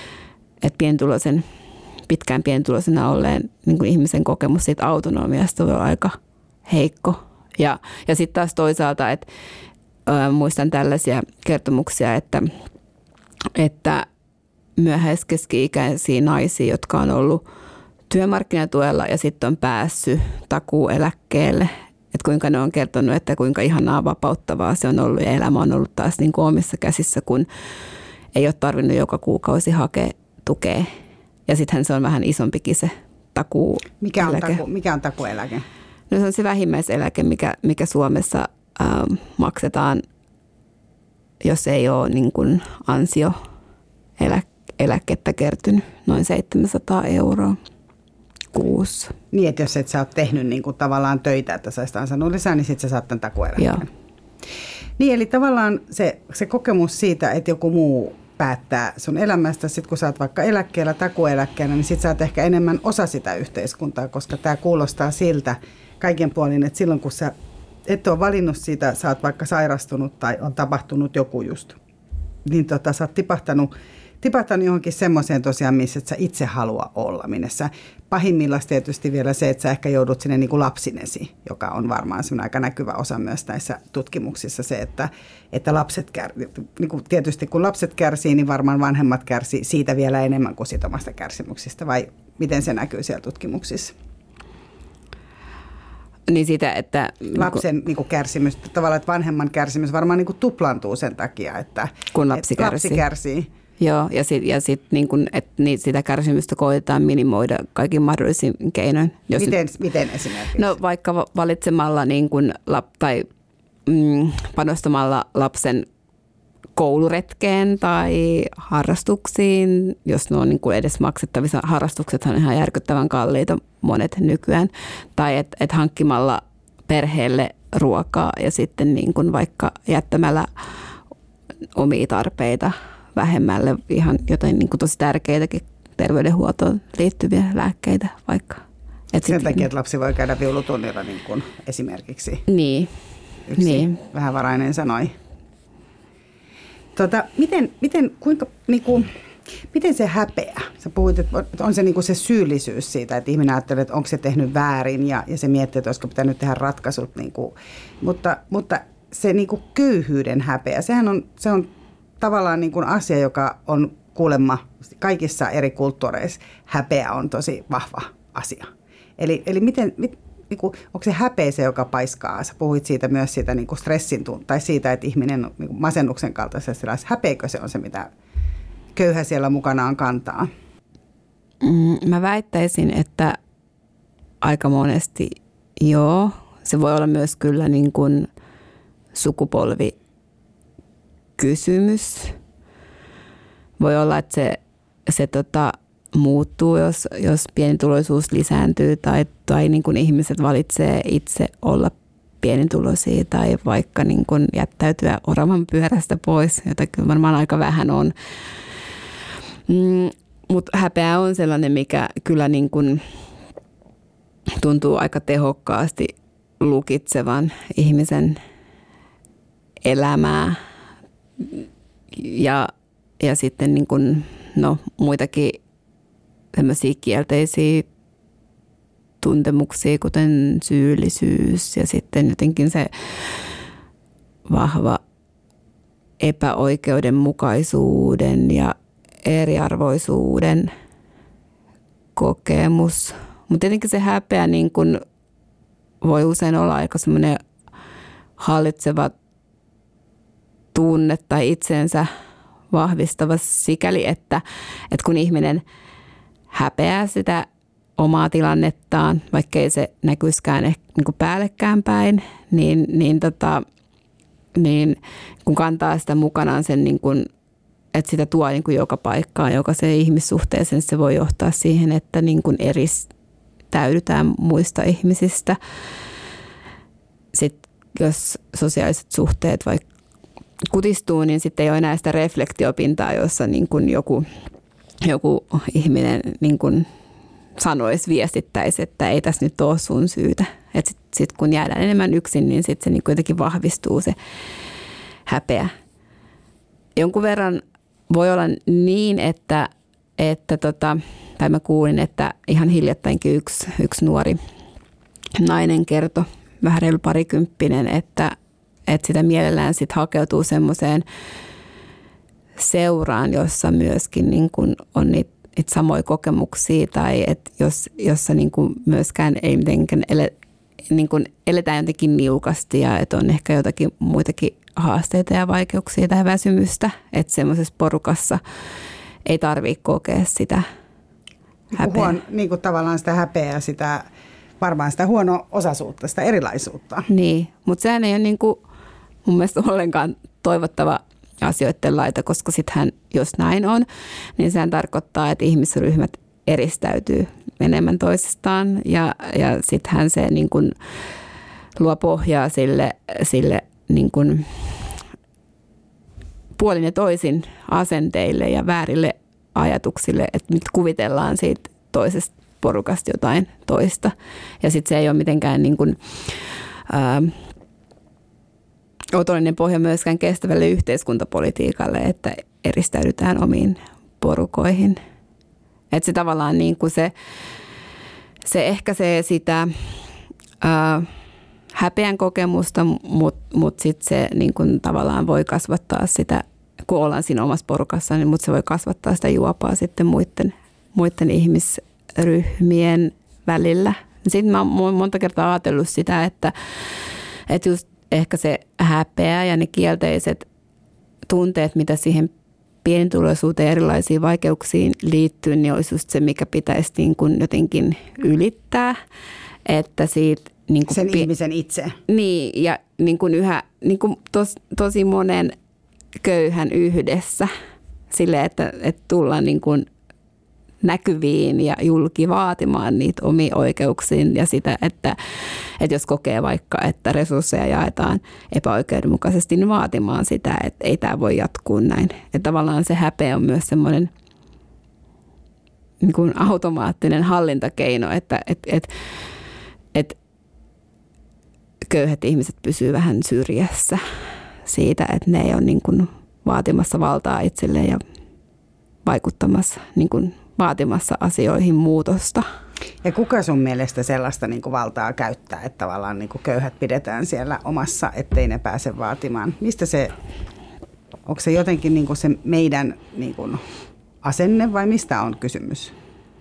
S3: et pientuloisen, pitkään pientuloisena olleen niin kun ihmisen kokemus siitä autonomiasta voi olla aika heikko. Ja, ja sitten taas toisaalta, että ö, muistan tällaisia kertomuksia, että, että myöhäiskeski-ikäisiä naisia, jotka on ollut työmarkkinatuella ja sitten on päässyt takuueläkkeelle, että kuinka ne on kertonut, että kuinka ihanaa vapauttavaa se on ollut ja elämä on ollut taas niin kuin omissa käsissä, kun ei ole tarvinnut joka kuukausi hakea tukea. Ja sittenhän se on vähän isompikin se takuueläke.
S2: Mikä on, taku, mikä on takuueläke?
S3: No se on se vähimmäiseläke, mikä, mikä Suomessa ähm, maksetaan, jos ei ole niin kuin ansioeläkettä kertynyt, noin seitsemänsataa euroa kuussa.
S2: Niin, että jos et sä oot tehnyt niin kuin tavallaan töitä, että sä olisit ansainnut lisää, niin sitten sä saat tämän takuueläkkeen.
S3: Joo.
S2: Niin, eli tavallaan se, se kokemus siitä, että joku muu päättää sun elämästä, sit kun sä oot vaikka eläkkeellä, takuueläkkeellä, niin sit sä oot ehkä enemmän osa sitä yhteiskuntaa, koska tää kuulostaa siltä kaiken puolin, että silloin kun sä et ole valinnut siitä, sä oot vaikka sairastunut tai on tapahtunut joku just, niin tota, sä oot tipahtanut, tipahtanut johonkin semmoiseen tosiaan, missä et sä itse halua olla, minne sä pahimmillaan tietysti vielä se, että sä ehkä joudut sinne niin kuin lapsinesi, joka on varmaan semmoinen aika näkyvä osa myös näissä tutkimuksissa se, että, että lapset kärsii, niin kuin tietysti kun lapset kärsii, niin varmaan vanhemmat kärsii siitä vielä enemmän kuin siitä omasta kärsimyksistä, vai miten se näkyy siellä tutkimuksissa?
S3: Niin siitä, että
S2: lapsen niin kuin kärsimys, tavallaan että vanhemman kärsimys varmaan niin kuin tuplaantuu sen takia, että
S3: kun lapsi
S2: että
S3: kärsii.
S2: Lapsi kärsii.
S3: Joo, ja sitten ja sit niin kun, että niin sitä kärsimystä koetetaan minimoida kaikin mahdollisin keinoin. Jos
S2: miten,
S3: nyt,
S2: miten esimerkiksi?
S3: No vaikka valitsemalla niin kun, lap, tai mm, panostamalla lapsen kouluretkeen tai harrastuksiin, jos ne on niin kuin edes maksettavissa. Harrastuksethan on ihan järkyttävän kalliita monet nykyään. Tai että et hankkimalla perheelle ruokaa ja sitten niin kuin vaikka jättämällä omia tarpeita vähemmälle, ihan jotain niin kuin tosi tärkeitäkin terveydenhuoltoon liittyviä lääkkeitä vaikka.
S2: Et sen sit, takia, että lapsi voi käydä viulutunnilla niin kuin esimerkiksi.
S3: Niin.
S2: Yksi
S3: niin.
S2: vähävarainen sanoi. Tota, miten, miten, kuinka, niin kuin, miten se häpeä? Sä puhuit, että on se, niin kuin se syyllisyys siitä, että ihminen ajattelee, että onko se tehnyt väärin ja, ja se miettii, että olisiko pitänyt tehdä ratkaisut. Niin kuin, mutta, mutta se niin kuin köyhyyden häpeä, sehän on, se on tavallaan niin kuin asia, joka on kuulemma kaikissa eri kulttuureissa. Häpeä on tosi vahva asia. Eli, eli miten... mit, Niin kuin, onko se häpeä se, joka paiskaa? Sä puhuit siitä myös siitä niin kuin stressin tai siitä, että ihminen on niin kuin masennuksen kaltaisessa tilassa. Häpeäkö se on se, mitä köyhä siellä mukanaan kantaa?
S3: Mm, mä väittäisin, että aika monesti joo. Se voi olla myös kyllä niin kuin sukupolvikysymys. Voi olla, että se, se tota, muuttuu, jos, jos pienituloisuus lisääntyy tai, tai niin kuin ihmiset valitsee itse olla pienituloisia tai vaikka niin kuin jättäytyä oravan pyörästä pois, jota kyllä varmaan aika vähän on. Mm, mutta häpeä on sellainen, mikä kyllä niin kuin tuntuu aika tehokkaasti lukitsevan ihmisen elämää ja, ja sitten niin kuin, no, muitakin tämmöisiä kielteisiä tuntemuksia, kuten syyllisyys ja sitten jotenkin se vahva epäoikeudenmukaisuuden ja eriarvoisuuden kokemus. Mutta tietenkin se häpeä niin kun voi usein olla aika semmoinen hallitseva tunne tai itsensä vahvistava sikäli, että, että kun ihminen häpeää sitä omaa tilannettaan, vaikkei se näkyisikään ehkä niin kuin päällekään päin, niin, niin, tota, niin kun kantaa sitä mukanaan sen, niin kuin, että sitä tuo niin kuin joka paikkaan, jokaiseen ihmissuhteeseen, se voi johtaa siihen, että niin kuin eristäydytään muista ihmisistä. Sitten jos sosiaaliset suhteet vaikka kutistuu, niin sitten ei ole enää sitä reflektiopintaa, jossa niin kuin joku, joku ihminen niin kuin sanoisi, viestittäisi, että ei tässä nyt ole sun syytä. Että sitten sit kun jäädään enemmän yksin, niin sitten se niin kuitenkin vahvistuu se häpeä. Jonkun verran voi olla niin, että, että tota, tai mä kuulin, että ihan hiljattainkin yksi, yksi nuori nainen kertoi, vähän reilu parikymppinen, että, että sitä mielellään sitten hakeutuu semmoiseen seuraan, jossa myöskin niin kun on niitä niitä samoja kokemuksia tai että jos, jossa niin kuin myöskään ei mitenkään ele, niin kuin eletään jotenkin niukasti ja että on ehkä jotakin muitakin haasteita ja vaikeuksia tai väsymystä, että semmoisessa porukassa ei tarvitse kokea sitä häpeää.
S2: Huon, niin kuin tavallaan sitä häpeää, sitä, varmaan sitä huono-osaisuutta, sitä erilaisuutta.
S3: Niin, mutta sehän ei ole niin kuin mun mielestä ollenkaan toivottava asioiden laita, koska sittenhän, jos näin on, niin sehän tarkoittaa, että ihmisryhmät eristäytyy enemmän toisistaan ja, ja sittenhän se niin kuin luo pohjaa sille, sille niin kuin puolin ja toisin asenteille ja väärille ajatuksille, että nyt kuvitellaan siitä toisesta porukasta jotain toista. Ja sitten se ei ole mitenkään niin kuin, ää, otollinen pohja myöskään kestävälle yhteiskuntapolitiikalle, että eristäydytään omiin porukoihin. Että se tavallaan niin kuin se, se ehkäisee sitä ää, häpeän kokemusta, mutta mut sitten se niin kuin tavallaan voi kasvattaa sitä, kun ollaan siinä omassa porukassa, niin, mutta se voi kasvattaa sitä juopaa sitten muiden, muiden ihmisryhmien välillä. Sitten mä oon monta kertaa ajatellut sitä, että, että just ehkä se häpeä ja ne kielteiset tunteet, mitä siihen pienituloisuuteen ja erilaisiin vaikeuksiin liittyy, niin olisi just se, mikä pitäisi niin kuin jotenkin ylittää. Että siitä, niin kuin
S2: sen
S3: pi-
S2: ihmisen itse.
S3: Niin, ja niin kuin yhä niin kuin tos, tosi monen köyhän yhdessä silleen, että, että tullaan niin kuin näkyviin ja julki vaatimaan niitä omia oikeuksiin ja sitä, että, että jos kokee vaikka, että resursseja jaetaan epäoikeudenmukaisesti, niin vaatimaan sitä, että ei tämä voi jatkuu näin. Että tavallaan se häpeä on myös semmoinen niin kuin automaattinen hallintakeino, että et, et, et köyhät ihmiset pysyvät vähän syrjässä siitä, että ne ei ole niin kuin vaatimassa valtaa itselleen ja vaikuttamassa niin kuin vaatimassa asioihin muutosta.
S2: Ja kuka sun mielestä sellaista niin kuin valtaa käyttää, että tavallaan niin kuin köyhät pidetään siellä omassa, ettei ne pääse vaatimaan? Mistä se, onko se jotenkin niin kuin se meidän niin kuin asenne vai mistä on kysymys?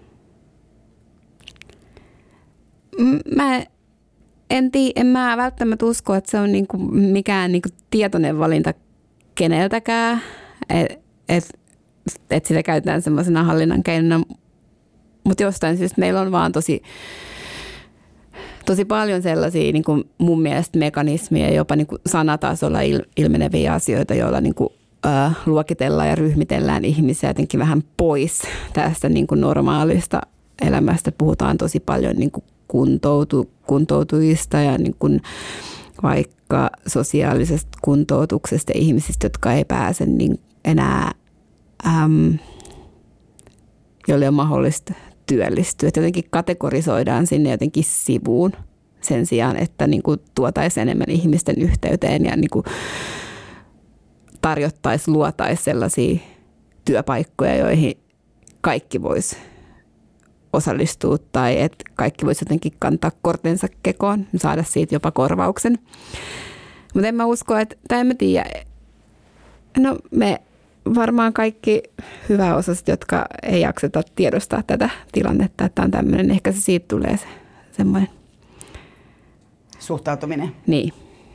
S3: Mä en, tii, en mä välttämättä usko, että se on niin kuin mikään niin kuin tietoinen valinta keneltäkään, että et, et sitä käytetään semmoisena hallinnan keinona, mutta jostain syystä meillä on vaan tosi, tosi paljon sellaisia niin kuin mun mielestä mekanismia, jopa niin kuin sanatasolla il, ilmeneviä asioita, joilla niin kuin, ä, luokitellaan ja ryhmitellään ihmisiä jotenkin vähän pois tästä niin kuin normaalista elämästä. Puhutaan tosi paljon niin kuin kuntoutu, kuntoutujista ja niin kuin vaikka sosiaalisesta kuntoutuksesta ja ihmisistä, jotka ei pääse niin enää, äm, jolle on mahdollista työllistyä. Että jotenkin kategorisoidaan sinne jotenkin sivuun sen sijaan, että niin kuin tuotaisiin enemmän ihmisten yhteyteen ja niin kuin tarjottaisiin, luotaisiin sellaisia työpaikkoja, joihin kaikki voisi osallistua tai että kaikki voisi jotenkin kantaa kortensa kekoon, saada siitä jopa korvauksen. Mutta en mä usko, että, tai en mä tiedä, no me varmaan kaikki hyväosaiset, jotka ei jakseta tiedostaa tätä tilannetta, että on tämmöinen, ehkä se siitä tulee se semmoinen
S2: suhtautuminen.
S3: Niin.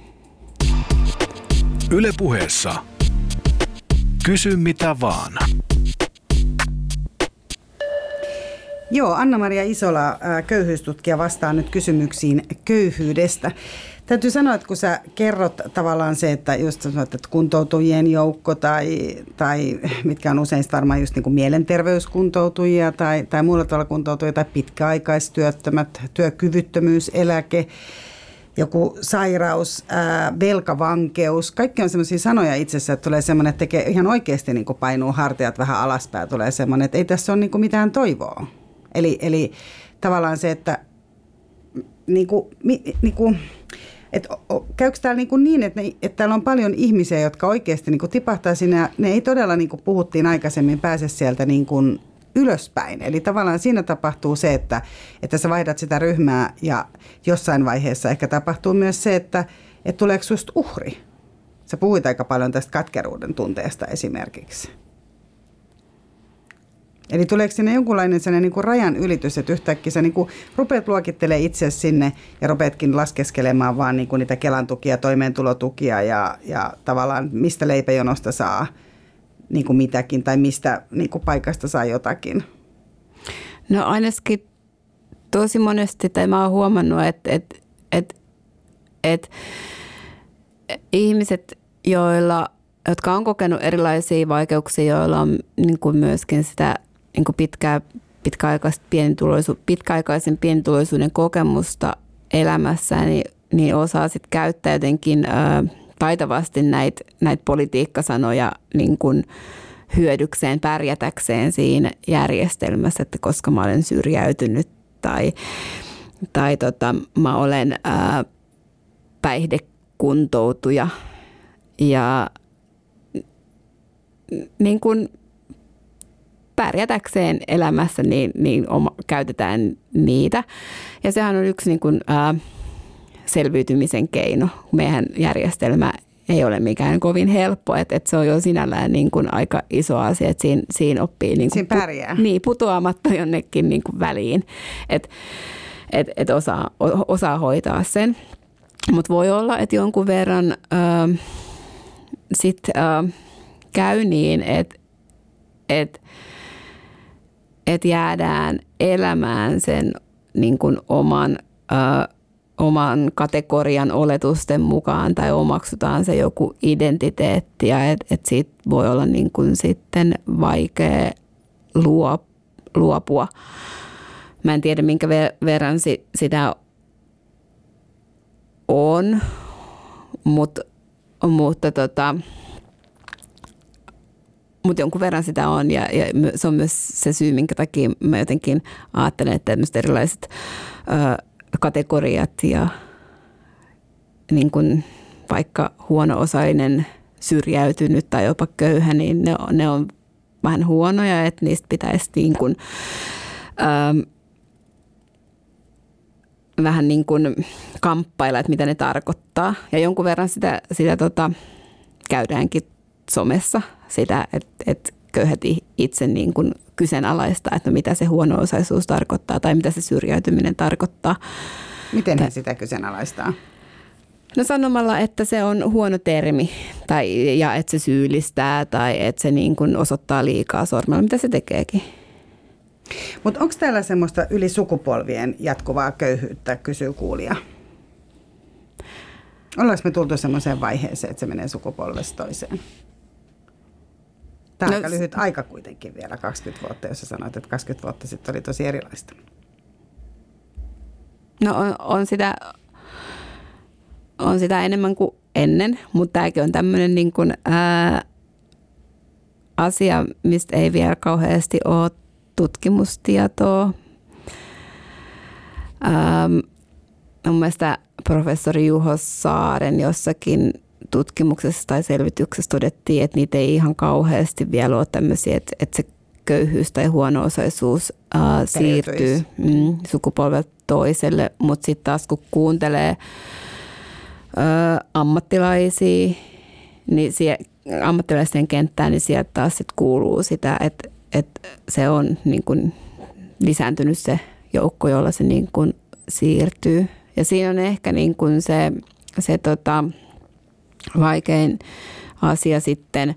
S4: Yle Puheessa. Kysy mitä vaan.
S2: Joo, Anna-Maria Isola, köyhyystutkija, vastaa nyt kysymyksiin köyhyydestä. Täytyy sanoa, että kun sä kerrot tavallaan se, että just sanot, että kuntoutujien joukko tai, tai mitkä on usein varmaan just niin kuin mielenterveyskuntoutujia tai, tai muulla tavalla kuntoutujia tai pitkäaikaistyöttömät, työkyvyttömyys, eläke, joku sairaus, ää, velkavankeus, kaikki on semmoisia sanoja itsessä, että tulee semmoinen, että tekee ihan oikeasti niin kuin painuu hartiat vähän alaspäin, tulee semmoinen, että ei tässä ole niin kuin mitään toivoa. Eli, eli tavallaan se, että niin kuin, niin kuin, että käykö täällä niin, kuin niin että, ne, että täällä on paljon ihmisiä, jotka oikeasti niin kuin tipahtaa sinne, ja ne ei todella, niin kuin puhuttiin aikaisemmin, pääse sieltä niin kuin ylöspäin. Eli tavallaan siinä tapahtuu se, että, että sä vaihdat sitä ryhmää ja jossain vaiheessa ehkä tapahtuu myös se, että, että tuleeko susta uhri. Sä puhuit aika paljon tästä katkeruuden tunteesta esimerkiksi. Eli tuleeko sinne jonkunlainen sellainen niin kuin rajan ylitys, että yhtäkkiä sä niin kuin rupeat luokittelemaan itse sinne ja rupeatkin laskeskelemaan vaan niin kuin niitä Kelan tukia, toimeentulotukia ja, ja tavallaan mistä leipäjonosta saa niin kuin mitäkin tai mistä niin kuin paikasta saa jotakin?
S3: No ainakin tosi monesti, tai mä oon huomannut, että, että, että, että ihmiset, joilla, jotka on kokenut erilaisia vaikeuksia, joilla on niin kuin myöskin sitä niin kuin pitkää, pitkäaikaista pienituloisu, pitkäaikaisen pienituloisuuden kokemusta elämässä, niin, niin osaa sitten käyttää jotenkin ää, taitavasti näitä, näitä politiikkasanoja niin kuin hyödykseen, pärjätäkseen siinä järjestelmässä, että koska mä olen syrjäytynyt tai, tai tota, mä olen ää, päihdekuntoutuja ja niin kuin pärjätäkseen elämässä, niin, niin oma, käytetään niitä. Ja sehän on yksi niin kuin, ää, selviytymisen keino. Meidän järjestelmä ei ole mikään kovin helppo, että, että se on jo sinällään niin kuin aika iso asia, että siinä, siinä oppii niin kuin,
S2: pärjää.
S3: Pu, niin, putoamatta jonnekin niin kuin väliin, että et, et osaa, osaa hoitaa sen. Mutta voi olla, että jonkun verran ää, sit, ää, käy niin, että et, et jäädään elämään sen niin kuin oman, ää, oman kategorian oletusten mukaan tai omaksutaan se joku identiteetti ja että et siitä voi olla niin kuin sitten vaikea luopua. Mä en tiedä, minkä verran sitä on, mutta, mutta, tota, mutta jonkun verran sitä on ja, ja se on myös se syy, minkä takia mä jotenkin ajattelen, että tämmöiset erilaiset ö, kategoriat ja niin kuin vaikka huono-osainen, syrjäytynyt tai jopa köyhä, niin ne on, ne on vähän huonoja, että niistä pitäisi niin kuin, ähm, vähän niin kuin kamppailla, että mitä ne tarkoittaa. Ja jonkun verran sitä, sitä tota, käydäänkin somessa, sitä, että, että köyhät itse niin kuin kyseenalaistaa, että no mitä se huono-osaisuus tarkoittaa tai mitä se syrjäytyminen tarkoittaa.
S2: Miten he sitä kyseenalaistaa?
S3: No sanomalla, että se on huono termi tai, ja että se syyllistää tai että se niin kuin osoittaa liikaa sormella, mitä se tekeekin.
S2: Mutta onko täällä semmoista yli sukupolvien jatkuvaa köyhyyttä, kysyy kuulija? Ollaanko me tultu semmoiseen vaiheeseen, että se menee sukupolvesta toiseen? Tämä on no, aika lyhyt aika kuitenkin vielä, kaksikymmentä vuotta, jos sä sanoit, että kaksikymmentä vuotta sitten oli tosi erilaista.
S3: No on, on sitä, on sitä enemmän kuin ennen, mutta tämäkin on tämmöinen niin kuin, ää, asia, mistä ei vielä kauheasti ole tutkimustietoa. Ähm, mun mielestä professori Juho Saaren jossakin tutkimuksessa tai selvityksessä todettiin, että niitä ei ihan kauheasti vielä ole tämmöisiä, että, että se köyhyys tai huono-osaisuus äh, siirtyy mm, sukupolvelta toiselle, mutta sitten taas kun kuuntelee äh, ammattilaisia, niin sie, ammattilaisten kenttään, niin sieltä taas sit kuuluu sitä, että, että se on niin kuin lisääntynyt se joukko, jolla se niin kuin siirtyy. Ja siinä on ehkä niin kuin se, se tota, vaikein asia sitten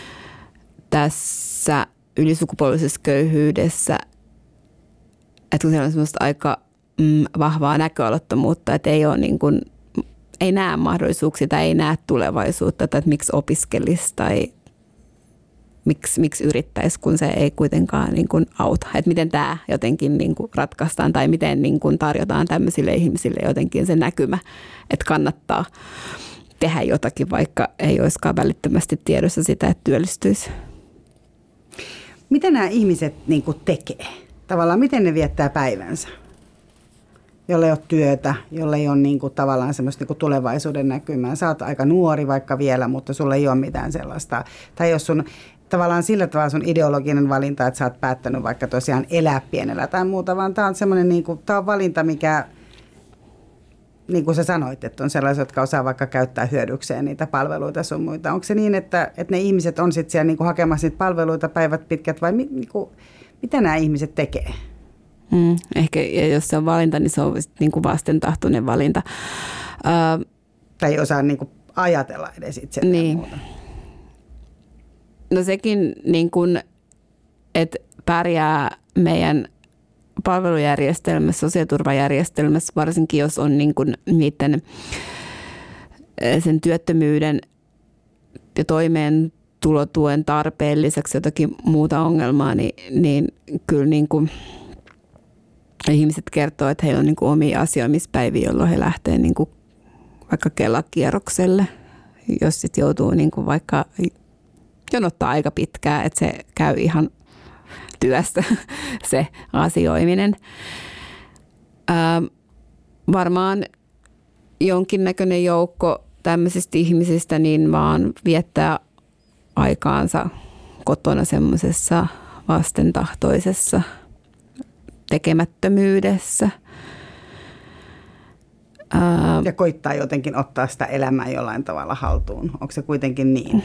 S3: tässä ylisukupolvisessa köyhyydessä, että kun siellä on semmoista aika mm, vahvaa näköalattomuutta, että ei ole niin kuin, ei näe mahdollisuuksia tai ei näe tulevaisuutta, tai että miksi opiskelisi tai miksi, miksi yrittäisi, kun se ei kuitenkaan niin kuin auta. Että miten tämä jotenkin niin kuin ratkaistaan tai miten niin kuin tarjotaan tämmöisille ihmisille jotenkin se näkymä, että kannattaa tehdä jotakin, vaikka ei olisikaan välittömästi tiedossa sitä, että työllistyisi.
S2: Miten nämä ihmiset niin kuin tekee? Tavallaan miten ne viettää päivänsä? Jolla ei ole työtä, jolla ei ole niin kuin, tavallaan semmoista niin kuin tulevaisuuden näkymää. Sä oot aika nuori vaikka vielä, mutta sulla ei ole mitään sellaista. Tai jos sun tavallaan sillä tavalla sun ideologinen valinta, että sä oot päättänyt vaikka tosiaan elää pienellä tai muuta, vaan tää on semmoinen niin kuin, tää on valinta, mikä, niin kuin sä sanoit, että on sellaisia, jotka osaa vaikka käyttää hyödykseen niitä palveluita sun muita. Onko se niin, että, että ne ihmiset on sitten siellä niin kuin hakemassa niitä palveluita päivät pitkät vai mi, niin kuin, mitä nämä ihmiset tekee?
S3: Mm, ehkä jos se on valinta, niin se on niin kuin vastentahtoinen valinta. Ö,
S2: tai ei osaa niin kuin ajatella edes itselleen
S3: niin.
S2: muuta.
S3: No sekin, niin kuin, että pärjää meidän palvelujärjestelmässä, sosiaaliturvajärjestelmässä, varsinkin jos on niin kuin niiden sen työttömyyden ja toimeentulotuen tarpeen lisäksi jotakin muuta ongelmaa, niin, niin kyllä niin kuin ihmiset kertoo, että heillä on niin kuin omia asioimispäiviä, jolloin he lähtee niin kuin vaikka Kela-kierrokselle, jos sitten joutuu niin kuin vaikka jonottaa aika pitkään, että se käy ihan työstä se asioiminen. Ää, varmaan jonkinnäköinen joukko tämmöisistä ihmisistä niin vaan viettää aikaansa kotona semmoisessa vastentahtoisessa tekemättömyydessä. Ää,
S2: ja koittaa jotenkin ottaa sitä elämää jollain tavalla haltuun. Onko se kuitenkin niin?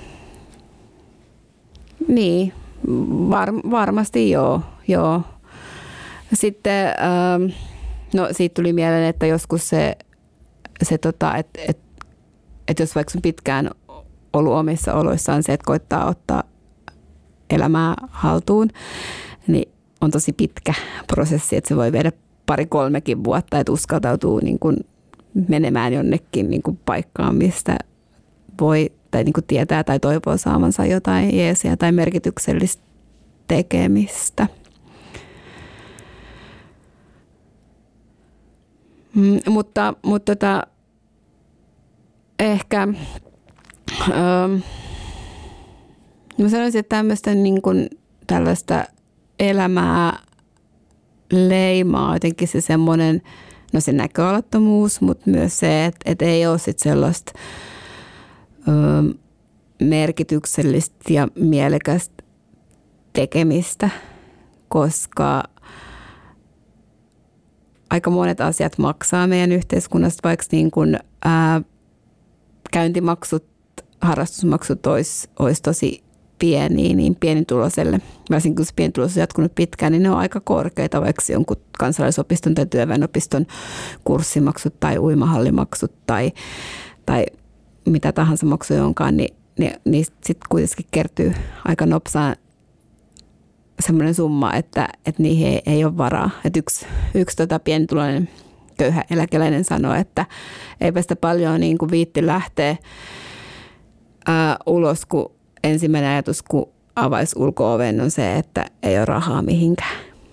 S3: Niin, var, varmasti joo, joo. Sitten ähm, no siitä tuli mieleen, että joskus se, se tota, että et, et jos vaikka on pitkään ollut omissa oloissaan se, että koittaa ottaa elämää haltuun, niin on tosi pitkä prosessi, että se voi viedä pari kolmekin vuotta, että uskaltautuu niin kuin menemään jonnekin niin kuin paikkaan, mistä voi tai niin kuin tietää tai toivoo saamansa jotain jeesiä tai merkityksellistä tekemistä. Mm, mutta mutta tota, ehkä ähm, mä sanoisin, että tämmöistä niin kuin tällaista elämää leimaa jotenkin se semmoinen, no se näköalattomuus, mutta myös se, että, että ei ole sit sellaista ö, merkityksellistä ja mielekästä tekemistä, koska aika monet asiat maksaa meidän yhteiskunnasta, vaikka niin kuin, ää, käyntimaksut, harrastusmaksut olisi, olisi tosi pieniä, niin pienituloiselle, varsinkin kun se pienituloisuus on jatkunut pitkään, niin ne on aika korkeita, vaikka jonkun kansalaisopiston tai työväenopiston kurssimaksut tai uimahallimaksut tai, tai mitä tahansa maksuja onkaan, niin, niin niistä sitten kuitenkin kertyy aika nopsaan semmoinen summa, että, että niihin ei, ei ole varaa. Että yksi yksi tota pienituloinen köyhä eläkeläinen sanoi, että eipä sitä paljon niin kuin viitti lähteä ää, ulos, kun ensimmäinen ajatus, kun avaisi ulko-oven, on se, että ei ole rahaa mihinkään.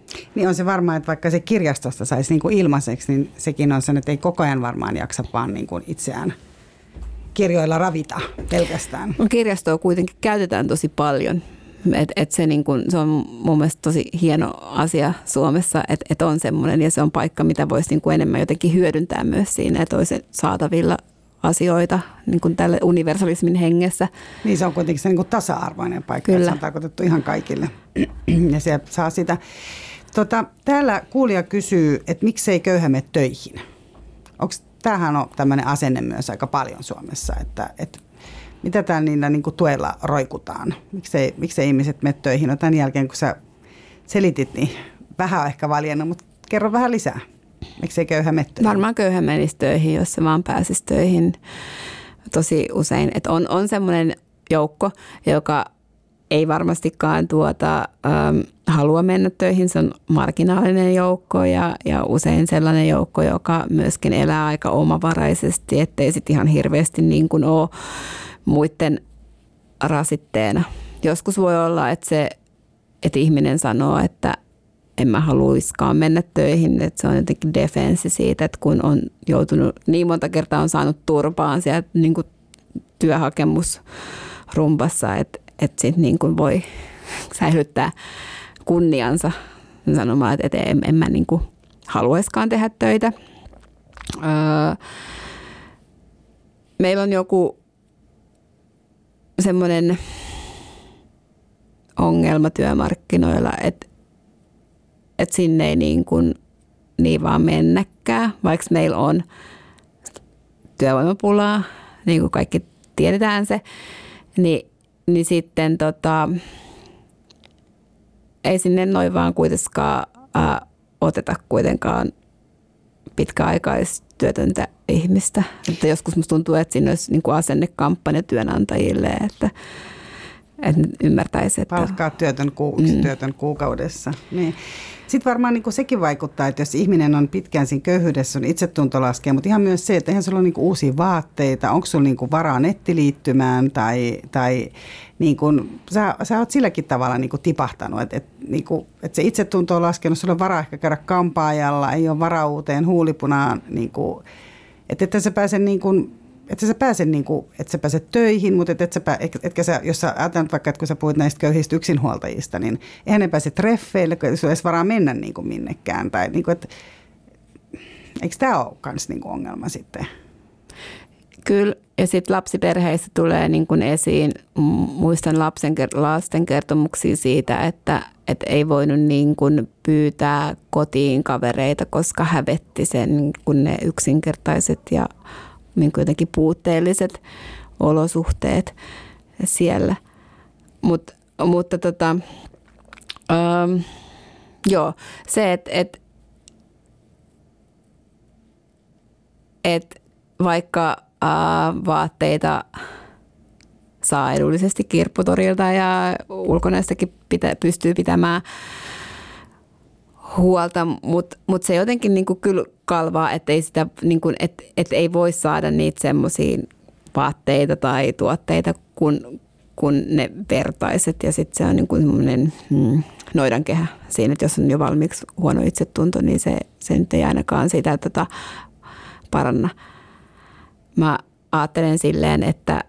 S2: Niin on se varmaan, että vaikka se kirjastosta saisi niin kuin ilmaiseksi, niin sekin on sen, että ei koko ajan varmaan jaksa vaan niin kuin itseään kirjoilla ravita pelkästään.
S3: Kirjastoa kuitenkin käytetään tosi paljon. Et, et se, niin kun, se on mun mielestä tosi hieno asia Suomessa, että et on semmoinen ja se on paikka, mitä voisi niin kun enemmän jotenkin hyödyntää myös siinä, että olisi saatavilla asioita niin kun tälle universalismin hengessä.
S2: Niin se on kuitenkin se niin kuin tasa-arvoinen paikka, että se on tarkoitettu ihan kaikille ja se saa sitä. Tota, täällä kuulija kysyy, että miksei köyhä mene töihin? Onko, tämähän on tämmöinen asenne myös aika paljon Suomessa, että, että mitä täällä niillä niin kuin tuella roikutaan? Miksei, miksei ihmiset mene töihin? No tämän jälkeen, kun sä selitit, niin vähän on ehkä valjennut, mutta kerro vähän lisää. Miksei köyhä mene töihin?
S3: Varmaan köyhä menisi töihin, jos se vaan pääsisi töihin tosi usein. Et on, on semmoinen joukko, joka ei varmastikaan tuota, ähm, halua mennä töihin. Se on marginaalinen joukko ja, ja usein sellainen joukko, joka myöskin elää aika omavaraisesti, ettei sitten ihan hirveästi niin kuin ole muiden rasitteena. Joskus voi olla, että, se, että ihminen sanoo, että en mä haluiskaan mennä töihin, että se on jotenkin defenssi siitä, että kun on joutunut, niin monta kertaa on saanut turpaan sieltä niin kuin työhakemusrumpassa, että, että sitten niin kuin voi säilyttää kunniansa sanomaan, että, että en, en mä niin kuin haluaiskaan tehdä töitä. Öö, meillä on joku semmoinen ongelma työmarkkinoilla, että, että sinne ei niin, kuin, niin vaan mennäkään, vaikka meillä on työvoimapulaa, niin kuin kaikki tiedetään se, niin, niin sitten tota, ei sinne noin vaan kuitenkaan ää, oteta kuitenkaan pitkäaikaistyötöntä ihmistä. Että joskus musta tuntuu, että siinä olisi niin kuin asennekampanja työnantajille, että, että ymmärtäisi, että
S2: palkkaa työtön, ku, mm. työtön kuukaudessa. Niin. Sitten varmaan niin kuin sekin vaikuttaa, että jos ihminen on pitkään siinä köyhyydessä, on itsetunto laskee, mutta ihan myös se, että eihän sulla ole niin kuin uusia vaatteita, onko sulla niin kuin varaa nettiliittymään tai, tai niin kuin, sä, sä oot silläkin tavalla niin kuin tipahtanut, että, että, niin kuin, että se itsetunto on laskenut, sulla on varaa ehkä käydä kampaajalla, ei ole varaa uuteen huulipunaan, niin kuin, että että sä pääse niin kuin, että sä pääse niin kuin, että sä pääset töihin, mutta et, et sä, etkä sä, jos sä ajatellaan vaikka, että kun sä puhuit näistä köyhistä yksinhuoltajista, niin eihän ne pääse treffeille, kun ei sulla edes varaa mennä niin kuin minnekään. Tai, niin kuin, että, eikö tämä ole myös niin kuin ongelma sitten?
S3: Kyllä, ja sitten lapsiperheissä tulee niin kuin esiin, muistan lapsen, lasten kertomuksia siitä, että, että ei voinut niin kuin pyytää kotiin kavereita, koska hävetti sen, kun ne yksinkertaiset ja niin kuin jotenkin puutteelliset olosuhteet siellä. Mut, mutta tota, ähm, joo, se, että et, et vaikka äh, vaatteita saa edullisesti kirpputorilta ja ulkonäöstäkin pitä, pystyy pitämään huolta, mutta mut se jotenkin niinku kyllä kalvaa, että ei, sitä, niinku, et, et ei voi saada niitä semmoisia vaatteita tai tuotteita, kun, kun ne vertaiset. Ja sitten se on niinku semmoinen hmm, noidankehä siinä, että jos on jo valmiiksi huono itsetunto, niin se, se nyt ei ainakaan sitä tota, paranna. Mä ajattelen silleen, että,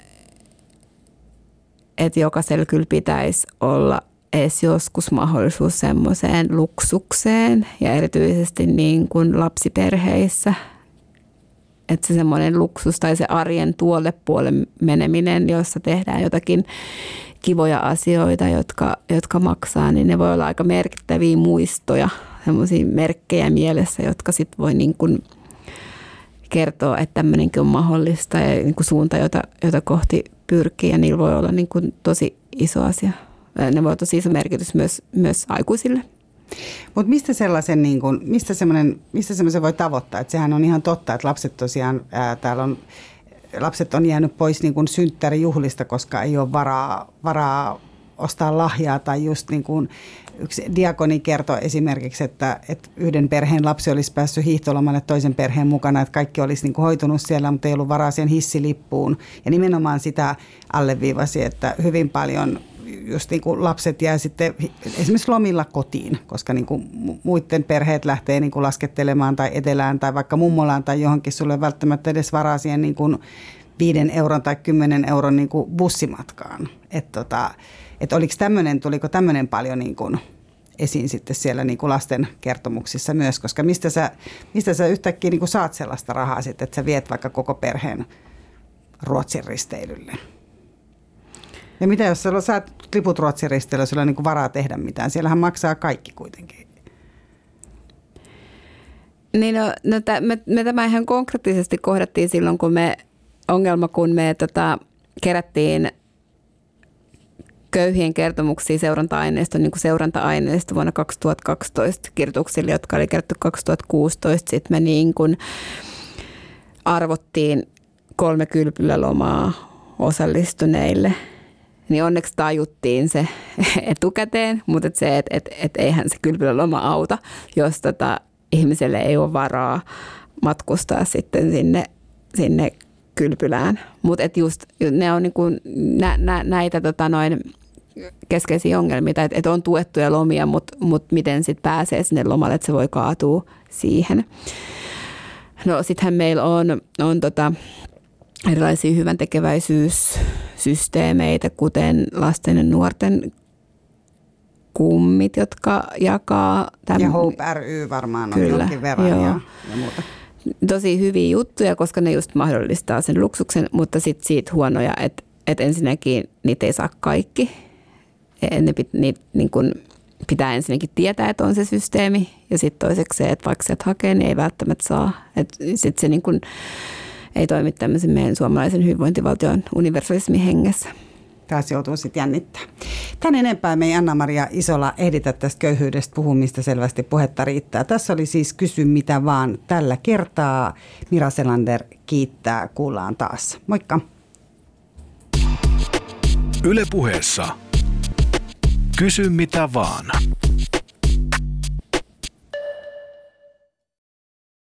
S3: että jokaisella kyllä pitäisi olla edes joskus mahdollisuus semmoiseen luksukseen ja erityisesti niin kuin lapsiperheissä, että se semmoinen luksus tai se arjen tuolle puolen meneminen, jossa tehdään jotakin kivoja asioita, jotka, jotka maksaa, niin ne voi olla aika merkittäviä muistoja, semmoisia merkkejä mielessä, jotka sitten voi niin kuin kertoa, että tämmöinenkin on mahdollista ja niin kuin suunta, jota, jota kohti pyrkii ja niillä voi olla niin kuin tosi iso asia. Ne voi olla tosi iso merkitys myös, myös aikuisille.
S2: Mutta mistä sellaisen, niin kun, mistä semmoinen, mistä semmoisen voi tavoittaa? Että sehän on ihan totta, että lapset tosiaan, ää, täällä on, lapset on jäänyt pois niin kun synttärijuhlista, koska ei ole varaa, varaa ostaa lahjaa. Tai just niin kuin yksi diakoni kertoi esimerkiksi, että, että yhden perheen lapsi olisi päässyt hiihtolomalle toisen perheen mukana, että kaikki olisi niin kuin hoitunut siellä, mutta ei ollut varaa siihen hissilippuun. Ja nimenomaan sitä alleviivasi, että hyvin paljon just niin kuin lapset jää sitten esimerkiksi lomilla kotiin, koska niin kuin muiden perheet lähtee niin kuin laskettelemaan tai etelään tai vaikka mummolaan tai johonkin, sulle ei välttämättä edes varaa siihen niin kuin viiden euron tai kymmenen euron niin kuin bussimatkaan. Että tota, et oliko tämmöinen, tuliko tämmöinen paljon niin kuin esiin sitten siellä niin kuin lasten kertomuksissa myös, koska mistä sä, mistä sä yhtäkkiä niin kuin saat sellaista rahaa sitten, että sä viet vaikka koko perheen Ruotsin risteilylle? Ja mitä jos sä saat liput Ruotsin risteilylle, sulla ei niin kuin varaa tehdä mitään? Siellähän maksaa kaikki kuitenkin.
S3: Niin no, no t- me, me tämä ihan konkreettisesti kohdattiin silloin, kun me ongelma, kun me tota, kerättiin köyhien kertomuksia seuranta-aineista, niin kuin seuranta-aineista vuonna kaksituhattakaksitoista kirjoituksille, jotka oli kerätty kaksituhattakuusitoista. Sitten me niin kuin arvottiin kolme kylpylälomaa osallistuneille. Niin onneksi tajuttiin se etukäteen, mutta et se, että et, et eihän se kylpyläloma auta, jos tota, ihmiselle ei ole varaa matkustaa sitten sinne, sinne kylpylään. Mutta just ne on niinku nä, nä, näitä tota noin keskeisiä ongelmia, että et on tuettuja lomia, mutta mut miten sitten pääsee sinne lomalle, että se voi kaatua siihen. No sittenhän meillä on, on tota erilaisia hyväntekeväisyyssysteemeitä, kuten lasten ja nuorten kummit, jotka jakaa. Tämän,
S2: ja Hope ry varmaan on
S3: kyllä,
S2: jonkin verran ja, ja muuta. Tosi
S3: hyviä juttuja, koska ne just mahdollistaa sen luksuksen, mutta sitten siitä huonoja, että, että ensinnäkin niitä ei saa kaikki. Ne pit, niitä, niin kun pitää ensinnäkin tietää, että on se systeemi, ja sitten toiseksi se, että vaikka sieltä hakee, niin ei välttämättä saa. Sitten se niin kun ei toimi tämmöisen meidän suomalaisen hyvinvointivaltion universalismin hengessä.
S2: Taas joutuu sitten jännittää. Tän enempää me ei Anna-Maria Isola ehditä tästä köyhyydestä puhumista, selvästi puhetta riittää. Tässä oli siis Kysy mitä vaan tällä kertaa. Mira Selander kiittää, kuullaan taas. Moikka!
S4: Yle Puheessa Kysy mitä vaan.